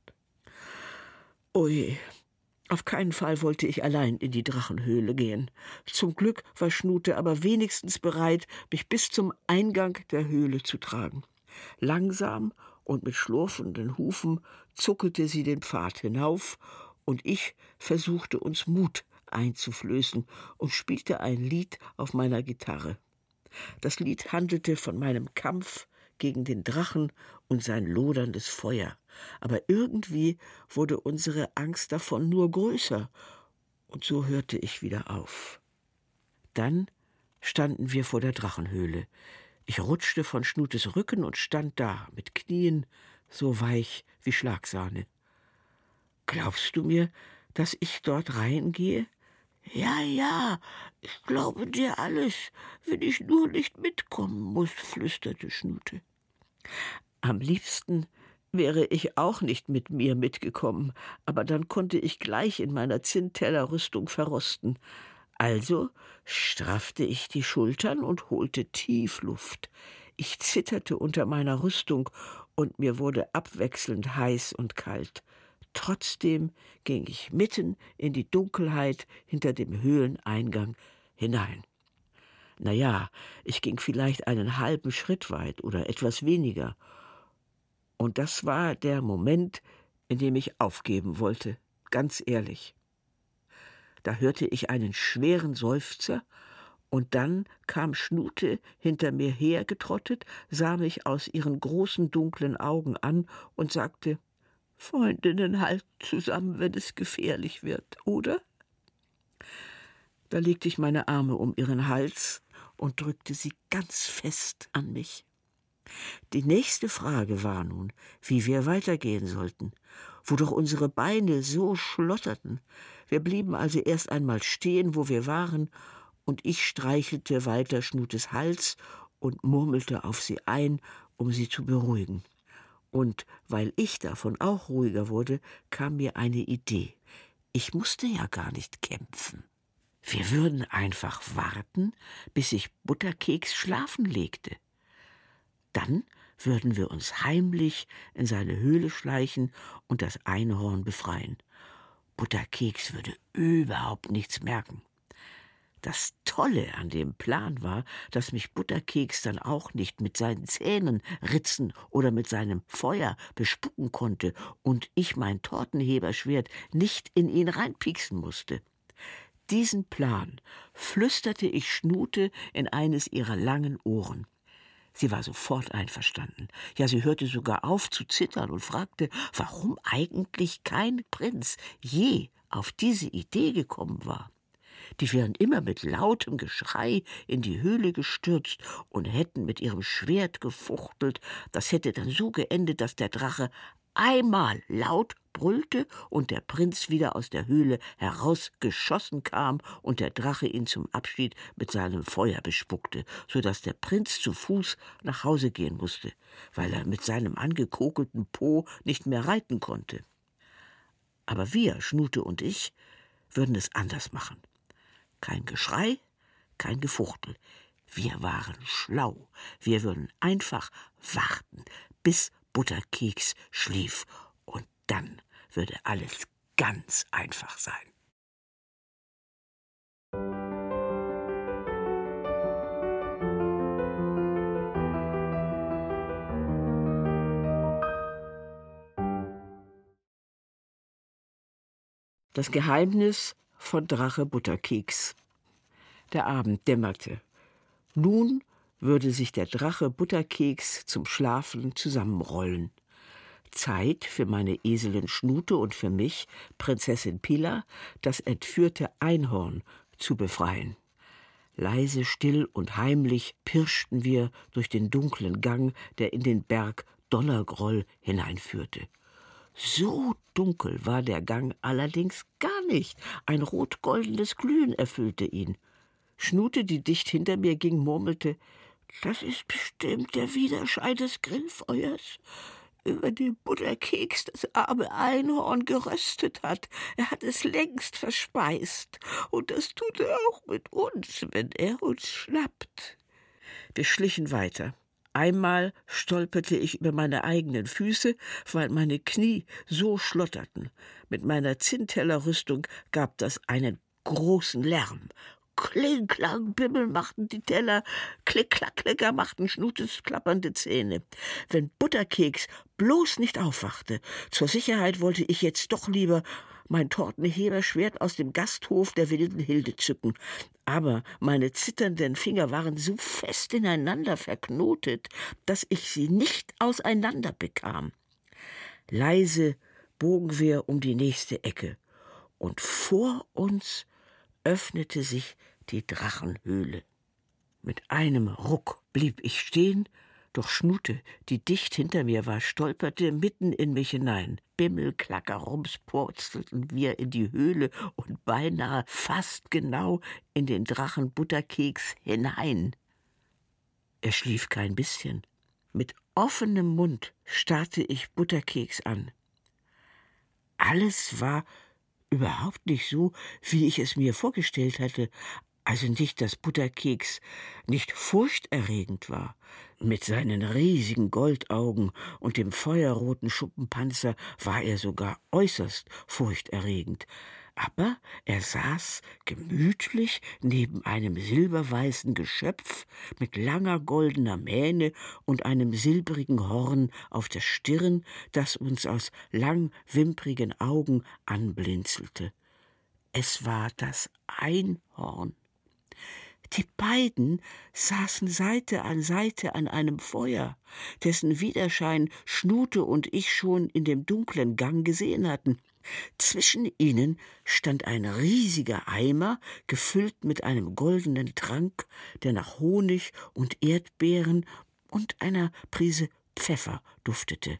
Oje. Auf keinen Fall wollte ich allein in die Drachenhöhle gehen. Zum Glück war Schnute aber wenigstens bereit, mich bis zum Eingang der Höhle zu tragen. Langsam und mit schlurfenden Hufen zuckelte sie den Pfad hinauf, und ich versuchte uns Mut einzuflößen und spielte ein Lied auf meiner Gitarre. Das Lied handelte von meinem Kampf gegen den Drachen und sein loderndes Feuer. Aber irgendwie wurde unsere Angst davon nur größer, und so hörte ich wieder auf. Dann standen wir vor der Drachenhöhle. Ich rutschte von Schnutes Rücken und stand da, mit Knien so weich wie Schlagsahne. »Glaubst du mir, dass ich dort reingehe?« »Ja, ja, ich glaube dir alles, wenn ich nur nicht mitkommen muss«, flüsterte Schnute. Am liebsten wäre ich auch nicht mit mir mitgekommen, aber dann konnte ich gleich in meiner Zinntellerrüstung verrosten. Also straffte ich die Schultern und holte tief Luft. Ich zitterte unter meiner Rüstung und mir wurde abwechselnd heiß und kalt. Trotzdem ging ich mitten in die Dunkelheit hinter dem Höhleneingang hinein. Na ja, ich ging vielleicht einen halben Schritt weit oder etwas weniger. Und das war der Moment, in dem ich aufgeben wollte, ganz ehrlich. Da hörte ich einen schweren Seufzer, und dann kam Schnute hinter mir hergetrottet, sah mich aus ihren großen dunklen Augen an und sagte: »Freundinnen halten zusammen, wenn es gefährlich wird, oder?« Da legte ich meine Arme um ihren Hals und drückte sie ganz fest an mich. Die nächste Frage war nun, wie wir weitergehen sollten, wo doch unsere Beine so schlotterten. Wir blieben also erst einmal stehen, wo wir waren, und ich streichelte weiter Schnutes Hals und murmelte auf sie ein, um sie zu beruhigen. Und weil ich davon auch ruhiger wurde, kam mir eine Idee. Ich musste ja gar nicht kämpfen. Wir würden einfach warten, bis sich Butterkeks schlafen legte. Dann würden wir uns heimlich in seine Höhle schleichen und das Einhorn befreien. Butterkeks würde überhaupt nichts merken. Das Tolle an dem Plan war, dass mich Butterkeks dann auch nicht mit seinen Zähnen ritzen oder mit seinem Feuer bespucken konnte und ich mein Tortenheberschwert nicht in ihn reinpieksen musste. Diesen Plan flüsterte ich Schnute in eines ihrer langen Ohren. Sie war sofort einverstanden. Ja, sie hörte sogar auf zu zittern und fragte, warum eigentlich kein Prinz je auf diese Idee gekommen war. Die wären immer mit lautem Geschrei in die Höhle gestürzt und hätten mit ihrem Schwert gefuchtelt. Das hätte dann so geendet, dass der Drache einmal laut brüllte und der Prinz wieder aus der Höhle herausgeschossen kam und der Drache ihn zum Abschied mit seinem Feuer bespuckte, so dass der Prinz zu Fuß nach Hause gehen musste, weil er mit seinem angekokelten Po nicht mehr reiten konnte. Aber wir, Schnute und ich, würden es anders machen. Kein Geschrei, kein Gefuchtel. Wir waren schlau. Wir würden einfach warten, bis Butterkeks schlief. Und dann würde alles ganz einfach sein. Das Geheimnis von Drache Butterkeks. Der Abend dämmerte. Nun würde sich der Drache Butterkeks zum Schlafen zusammenrollen. Zeit für meine Eselin Schnute und für mich, Prinzessin Pila, das entführte Einhorn zu befreien. Leise, still und heimlich pirschten wir durch den dunklen Gang, der in den Berg Donnergroll hineinführte. So dunkel war der Gang allerdings gar nicht. Ein rot-goldenes Glühen erfüllte ihn. Schnute, die dicht hinter mir ging, murmelte: »Das ist bestimmt der Widerschein des Grillfeuers, über dem Butterkeks das arme Einhorn geröstet hat. Er hat es längst verspeist. Und das tut er auch mit uns, wenn er uns schnappt.« Wir schlichen weiter. Einmal stolperte ich über meine eigenen Füße, weil meine Knie so schlotterten. Mit meiner Zinntellerrüstung gab das einen großen Lärm. Kling, klang, bimmel machten die Teller, klick, klack, klicker machten Schnutes klappernde Zähne. Wenn Butterkeks bloß nicht aufwachte, zur Sicherheit wollte ich jetzt doch lieber mein Tortenheberschwert aus dem Gasthof der wilden Hilde zücken. Aber meine zitternden Finger waren so fest ineinander verknotet, dass ich sie nicht auseinander bekam. Leise bogen wir um die nächste Ecke, und vor uns öffnete sich die Drachenhöhle. Mit einem Ruck blieb ich stehen, doch Schnute, die dicht hinter mir war, stolperte mitten in mich hinein. Bimmel, Klacker, Rums purzelten wir in die Höhle und beinahe fast genau in den Drachen Butterkeks hinein. Er schlief kein bisschen. Mit offenem Mund starrte ich Butterkeks an. Alles war überhaupt nicht so, wie ich es mir vorgestellt hatte. Also nicht, dass Butterkeks nicht furchterregend war. Mit seinen riesigen Goldaugen und dem feuerroten Schuppenpanzer war er sogar äußerst furchterregend. Aber er saß gemütlich neben einem silberweißen Geschöpf mit langer goldener Mähne und einem silbrigen Horn auf der Stirn, das uns aus langwimprigen Augen anblinzelte. Es war das Einhorn. Die beiden saßen Seite an Seite an einem Feuer, dessen Widerschein Schnute und ich schon in dem dunklen Gang gesehen hatten. Zwischen ihnen stand ein riesiger Eimer, gefüllt mit einem goldenen Trank, der nach Honig und Erdbeeren und einer Prise Pfeffer duftete.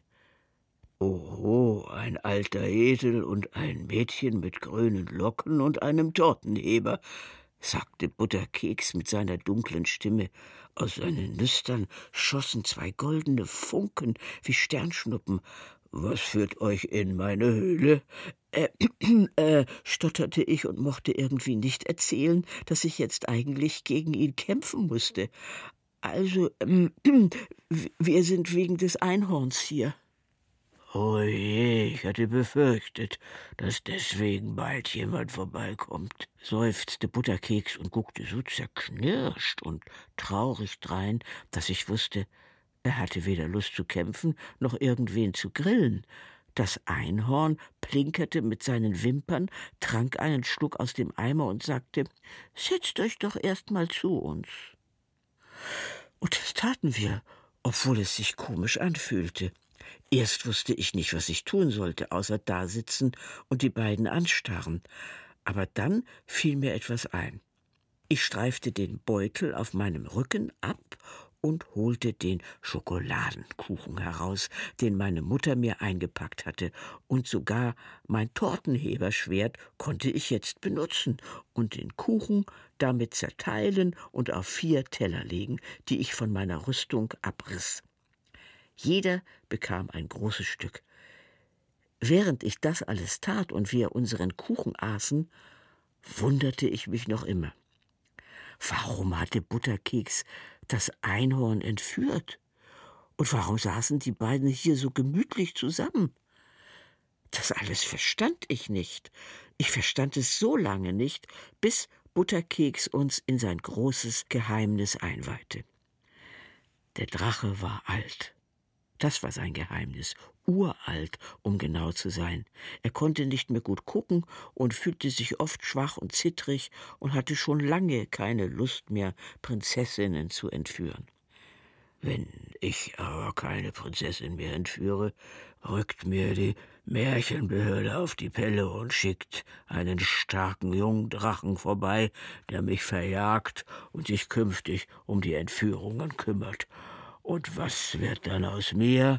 »Oho, ein alter Esel und ein Mädchen mit grünen Locken und einem Tortenheber«, sagte Butterkeks mit seiner dunklen Stimme. Aus seinen Nüstern schossen zwei goldene Funken wie Sternschnuppen. »Was führt euch in meine Höhle?« Äh, äh, stotterte ich und mochte irgendwie nicht erzählen, dass ich jetzt eigentlich gegen ihn kämpfen musste. »Also, ähm, wir sind wegen des Einhorns hier.« »Oh je, ich hatte befürchtet, dass deswegen bald jemand vorbeikommt«, seufzte Butterkeks und guckte so zerknirscht und traurig drein, dass ich wusste, er hatte weder Lust zu kämpfen, noch irgendwen zu grillen. Das Einhorn plinkerte mit seinen Wimpern, trank einen Schluck aus dem Eimer und sagte, »Setzt euch doch erst mal zu uns.« Und das taten wir, obwohl es sich komisch anfühlte. Erst wusste ich nicht, was ich tun sollte, außer dasitzen und die beiden anstarren. Aber dann fiel mir etwas ein. Ich streifte den Beutel auf meinem Rücken ab und holte den Schokoladenkuchen heraus, den meine Mutter mir eingepackt hatte, und sogar mein Tortenheberschwert konnte ich jetzt benutzen und den Kuchen damit zerteilen und auf vier Teller legen, die ich von meiner Rüstung abriss. Jeder bekam ein großes Stück. Während ich das alles tat und wir unseren Kuchen aßen, wunderte ich mich noch immer. Warum hatte Butterkeks das Einhorn entführt? Und warum saßen die beiden hier so gemütlich zusammen? Das alles verstand ich nicht. Ich verstand es so lange nicht, bis Butterkeks uns in sein großes Geheimnis einweihte. Der Drache war alt. Das war sein Geheimnis, uralt, um genau zu sein. Er konnte nicht mehr gut gucken und fühlte sich oft schwach und zittrig und hatte schon lange keine Lust mehr, Prinzessinnen zu entführen. Wenn ich aber keine Prinzessin mehr entführe, rückt mir die Märchenbehörde auf die Pelle und schickt einen starken Jungdrachen vorbei, der mich verjagt und sich künftig um die Entführungen kümmert. Und was wird dann aus mir?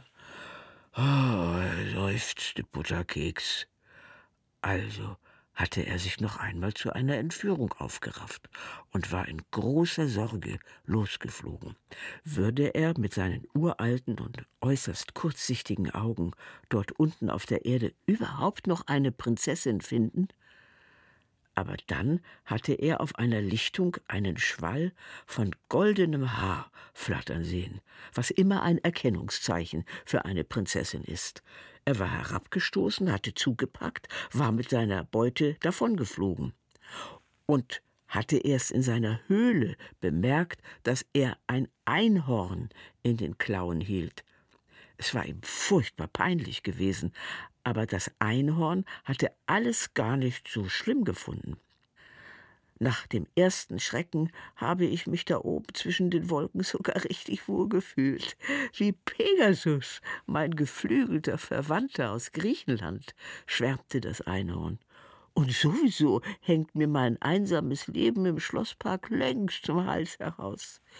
Oh, seufzte Butterkeks. Also hatte er sich noch einmal zu einer Entführung aufgerafft und war in großer Sorge losgeflogen. Würde er mit seinen uralten und äußerst kurzsichtigen Augen dort unten auf der Erde überhaupt noch eine Prinzessin finden? Aber dann hatte er auf einer Lichtung einen Schwall von goldenem Haar flattern sehen, was immer ein Erkennungszeichen für eine Prinzessin ist. Er war herabgestoßen, hatte zugepackt, war mit seiner Beute davongeflogen und hatte erst in seiner Höhle bemerkt, dass er ein Einhorn in den Klauen hielt. Es war ihm furchtbar peinlich gewesen, aber das Einhorn hatte alles gar nicht so schlimm gefunden. Nach dem ersten Schrecken habe ich mich da oben zwischen den Wolken sogar richtig wohl gefühlt, wie Pegasus, mein geflügelter Verwandter aus Griechenland, schwärmte das Einhorn. Und sowieso hängt mir mein einsames Leben im Schlosspark längst zum Hals heraus.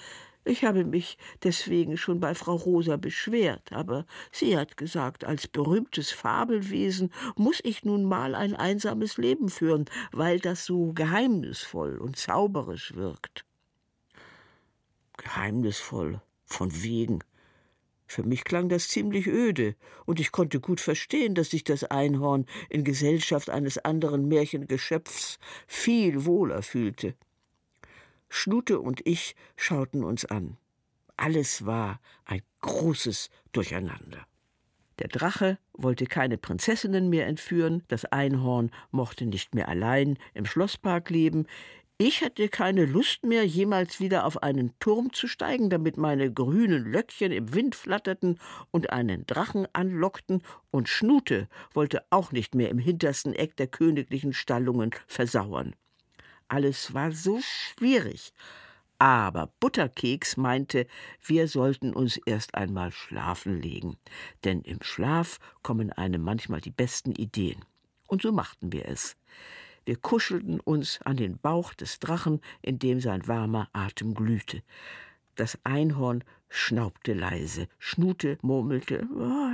Ich habe mich deswegen schon bei Frau Rosa beschwert, aber sie hat gesagt, als berühmtes Fabelwesen muss ich nun mal ein einsames Leben führen, weil das so geheimnisvoll und zauberisch wirkt. Geheimnisvoll, von wegen. Für mich klang das ziemlich öde, und ich konnte gut verstehen, dass sich das Einhorn in Gesellschaft eines anderen Märchengeschöpfs viel wohler fühlte. Schnute und ich schauten uns an. Alles war ein großes Durcheinander. Der Drache wollte keine Prinzessinnen mehr entführen, das Einhorn mochte nicht mehr allein im Schlosspark leben. Ich hatte keine Lust mehr, jemals wieder auf einen Turm zu steigen, damit meine grünen Löckchen im Wind flatterten und einen Drachen anlockten, und Schnute wollte auch nicht mehr im hintersten Eck der königlichen Stallungen versauern. Alles war so schwierig. Aber Butterkeks meinte, wir sollten uns erst einmal schlafen legen, denn im Schlaf kommen einem manchmal die besten Ideen. Und so machten wir es. Wir kuschelten uns an den Bauch des Drachen, in dem sein warmer Atem glühte. Das Einhorn schnaubte leise, Schnute murmelte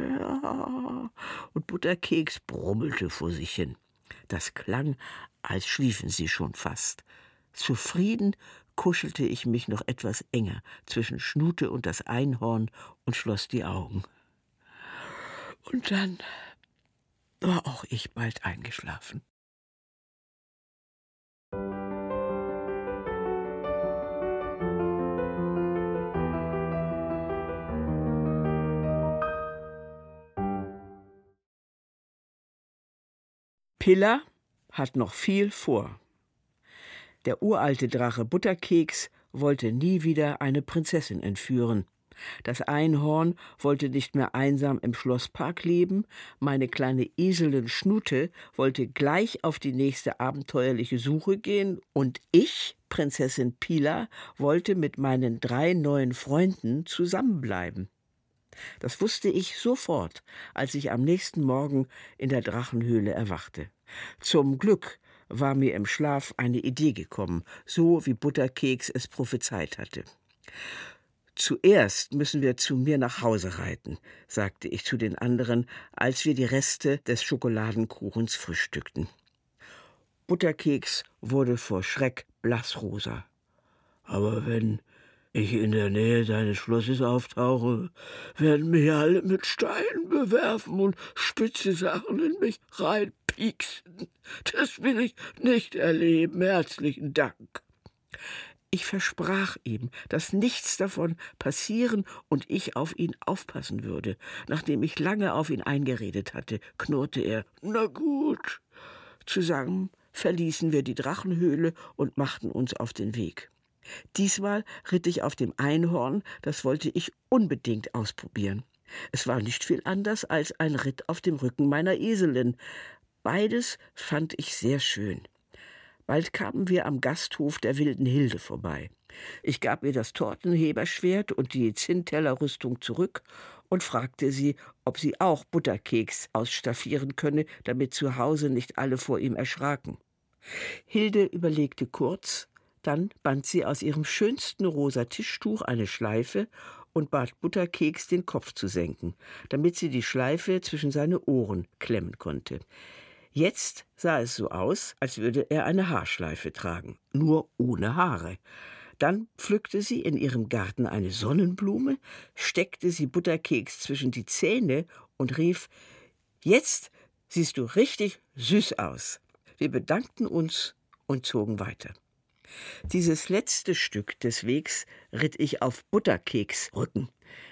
und Butterkeks brummelte vor sich hin. Das klang, als schliefen sie schon fast. Zufrieden kuschelte ich mich noch etwas enger zwischen Schnute und das Einhorn und schloss die Augen. Und dann war auch ich bald eingeschlafen. Pilla hat noch viel vor. Der uralte Drache Butterkeks wollte nie wieder eine Prinzessin entführen. Das Einhorn wollte nicht mehr einsam im Schlosspark leben, meine kleine Eselin Schnute wollte gleich auf die nächste abenteuerliche Suche gehen, und ich, Prinzessin Pilla, wollte mit meinen drei neuen Freunden zusammenbleiben. Das wusste ich sofort, als ich am nächsten Morgen in der Drachenhöhle erwachte. Zum Glück war mir im Schlaf eine Idee gekommen, so wie Butterkeks es prophezeit hatte. »Zuerst müssen wir zu mir nach Hause reiten«, sagte ich zu den anderen, als wir die Reste des Schokoladenkuchens frühstückten. Butterkeks wurde vor Schreck blassrosa. »Aber wenn ich in der Nähe deines Schlosses auftauche, werden mich alle mit Steinen bewerfen und spitze Sachen in mich reinpieksen. Das will ich nicht erleben. Herzlichen Dank.« Ich versprach ihm, dass nichts davon passieren und ich auf ihn aufpassen würde. Nachdem ich lange auf ihn eingeredet hatte, knurrte er, »Na gut.« Zusammen verließen wir die Drachenhöhle und machten uns auf den Weg. Diesmal ritt ich auf dem Einhorn, das wollte ich unbedingt ausprobieren. Es war nicht viel anders als ein Ritt auf dem Rücken meiner Eselin. Beides fand ich sehr schön. Bald kamen wir am Gasthof der wilden Hilde vorbei. Ich gab ihr das Tortenheberschwert und die Zinntellerrüstung zurück und fragte sie, ob sie auch Butterkeks ausstaffieren könne, damit zu Hause nicht alle vor ihm erschraken. Hilde überlegte kurz, dann band sie aus ihrem schönsten rosa Tischtuch eine Schleife und bat Butterkeks, den Kopf zu senken, damit sie die Schleife zwischen seine Ohren klemmen konnte. Jetzt sah es so aus, als würde er eine Haarschleife tragen, nur ohne Haare. Dann pflückte sie in ihrem Garten eine Sonnenblume, steckte sie Butterkeks zwischen die Zähne und rief, »Jetzt siehst du richtig süß aus.« Wir bedankten uns und zogen weiter. Dieses letzte Stück des Wegs ritt ich auf Butterkeks Rücken.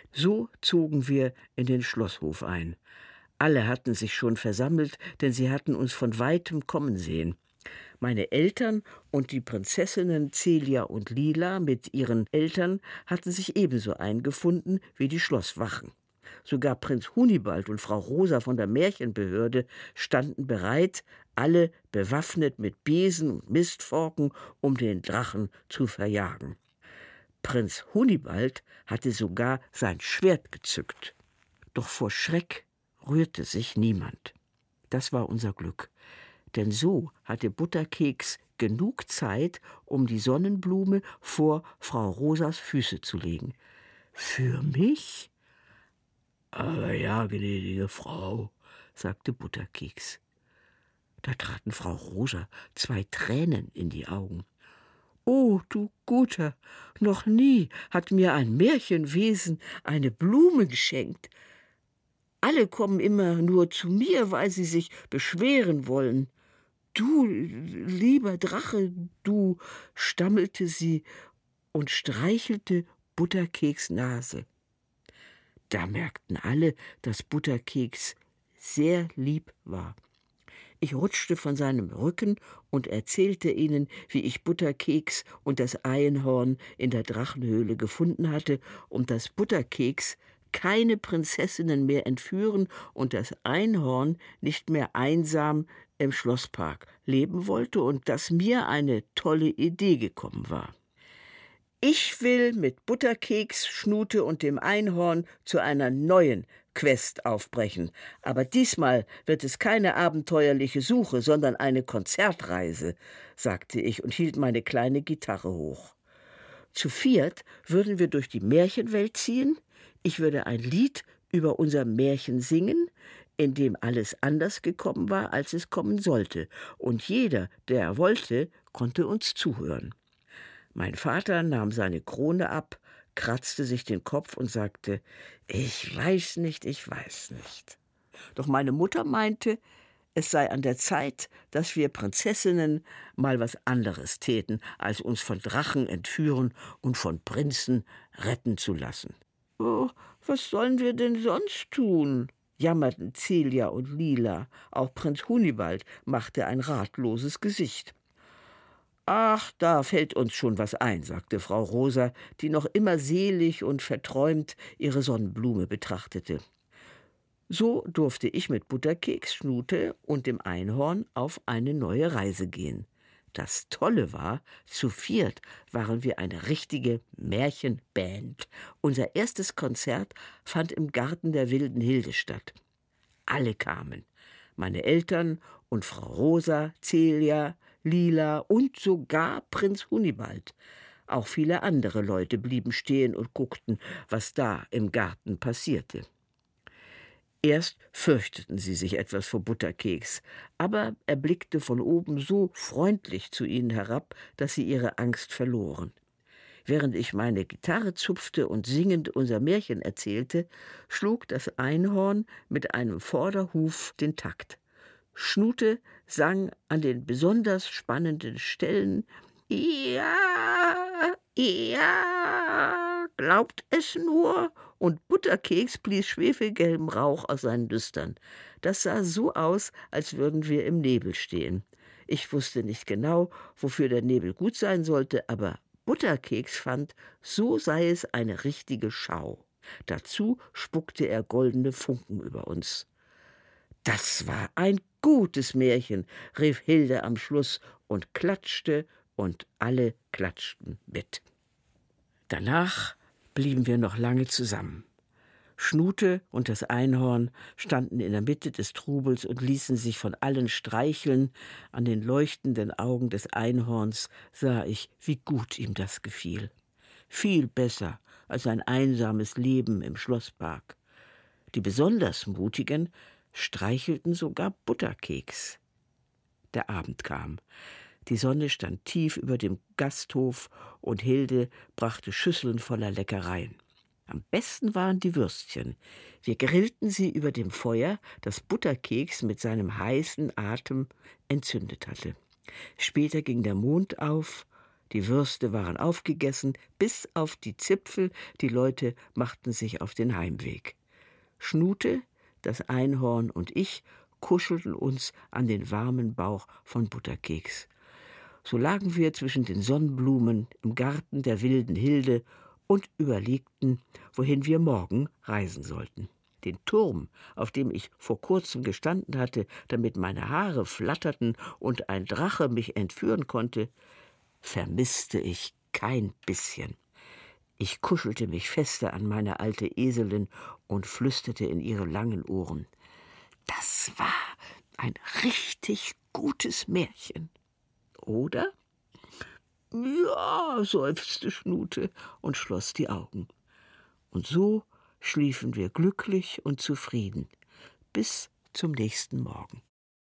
So zogen wir in den Schlosshof ein. Alle hatten sich schon versammelt, denn sie hatten uns von weitem kommen sehen. Meine Eltern und die Prinzessinnen Celia und Lila mit ihren Eltern hatten sich ebenso eingefunden wie die Schlosswachen. Sogar Prinz Hunibald und Frau Rosa von der Märchenbehörde standen bereit, alle bewaffnet mit Besen und Mistforken, um den Drachen zu verjagen. Prinz Hunibald hatte sogar sein Schwert gezückt. Doch vor Schreck rührte sich niemand. Das war unser Glück, denn so hatte Butterkeks genug Zeit, um die Sonnenblume vor Frau Rosas Füße zu legen. »Für mich?« »Aber ja, gnädige Frau«, sagte Butterkeks. Da traten Frau Rosa zwei Tränen in die Augen. »Oh, du Guter, noch nie hat mir ein Märchenwesen eine Blume geschenkt. Alle kommen immer nur zu mir, weil sie sich beschweren wollen. Du, lieber Drache, du«, stammelte sie und streichelte Butterkeks Nase. Da merkten alle, dass Butterkeks sehr lieb war. Ich rutschte von seinem Rücken und erzählte ihnen, wie ich Butterkeks und das Einhorn in der Drachenhöhle gefunden hatte und dass Butterkeks keine Prinzessinnen mehr entführen und das Einhorn nicht mehr einsam im Schlosspark leben wollte und dass mir eine tolle Idee gekommen war. Ich will mit Butterkeks, Schnute und dem Einhorn zu einer neuen Quest aufbrechen. Aber diesmal wird es keine abenteuerliche Suche, sondern eine Konzertreise, sagte ich und hielt meine kleine Gitarre hoch. Zu viert würden wir durch die Märchenwelt ziehen. Ich würde ein Lied über unser Märchen singen, in dem alles anders gekommen war, als es kommen sollte. Und jeder, der wollte, konnte uns zuhören. Mein Vater nahm seine Krone ab, kratzte sich den Kopf und sagte, »Ich weiß nicht, ich weiß nicht.« Doch meine Mutter meinte, es sei an der Zeit, dass wir Prinzessinnen mal was anderes täten, als uns von Drachen entführen und von Prinzen retten zu lassen. »Oh, was sollen wir denn sonst tun?« jammerten Celia und Lila. Auch Prinz Hunibald machte ein ratloses Gesicht. »Ach, da fällt uns schon was ein«, sagte Frau Rosa, die noch immer selig und verträumt ihre Sonnenblume betrachtete. So durfte ich mit Butterkeks, Schnute und dem Einhorn auf eine neue Reise gehen. Das Tolle war, zu viert waren wir eine richtige Märchenband. Unser erstes Konzert fand im Garten der wilden Hilde statt. Alle kamen, meine Eltern und Frau Rosa, Celia, Lila und sogar Prinz Hunibald. Auch viele andere Leute blieben stehen und guckten, was da im Garten passierte. Erst fürchteten sie sich etwas vor Butterkeks, aber er blickte von oben so freundlich zu ihnen herab, dass sie ihre Angst verloren. Während ich meine Gitarre zupfte und singend unser Märchen erzählte, schlug das Einhorn mit einem Vorderhuf den Takt. Schnute sang an den besonders spannenden Stellen »Ja, ja, glaubt es nur«, und Butterkeks blies schwefelgelben Rauch aus seinen Nüstern. Das sah so aus, als würden wir im Nebel stehen. Ich wusste nicht genau, wofür der Nebel gut sein sollte, aber Butterkeks fand, so sei es eine richtige Schau. Dazu spuckte er goldene Funken über uns. »Das war ein gutes Märchen«, rief Hilde am Schluss und klatschte, und alle klatschten mit. Danach blieben wir noch lange zusammen. Schnute und das Einhorn standen in der Mitte des Trubels und ließen sich von allen streicheln. An den leuchtenden Augen des Einhorns sah ich, wie gut ihm das gefiel. Viel besser als ein einsames Leben im Schlosspark. Die besonders Mutigen streichelten sogar Butterkeks. Der Abend kam. Die Sonne stand tief über dem Gasthof und Hilde brachte Schüsseln voller Leckereien. Am besten waren die Würstchen. Wir grillten sie über dem Feuer, das Butterkeks mit seinem heißen Atem entzündet hatte. Später ging der Mond auf, die Würste waren aufgegessen, bis auf die Zipfel, die Leute machten sich auf den Heimweg. Schnute, das Einhorn und ich kuschelten uns an den warmen Bauch von Butterkeks. So lagen wir zwischen den Sonnenblumen im Garten der wilden Hilde und überlegten, wohin wir morgen reisen sollten. Den Turm, auf dem ich vor kurzem gestanden hatte, damit meine Haare flatterten und ein Drache mich entführen konnte, vermisste ich kein bisschen. Ich kuschelte mich fester an meine alte Eselin und flüsterte in ihre langen Ohren. Das war ein richtig gutes Märchen. oder?« »Ja«, seufzte Schnute und schloss die Augen. Und so schliefen wir glücklich und zufrieden bis zum nächsten Morgen.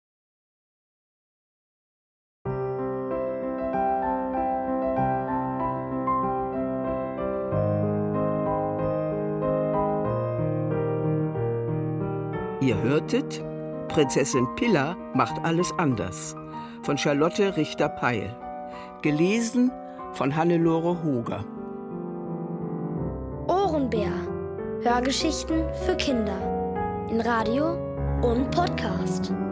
Ihr hörtet Prinzessin Pilla macht alles anders von Charlotte Richter-Peil. Gelesen von Hannelore Hoger. Ohrenbär. Hörgeschichten für Kinder. In Radio und Podcast.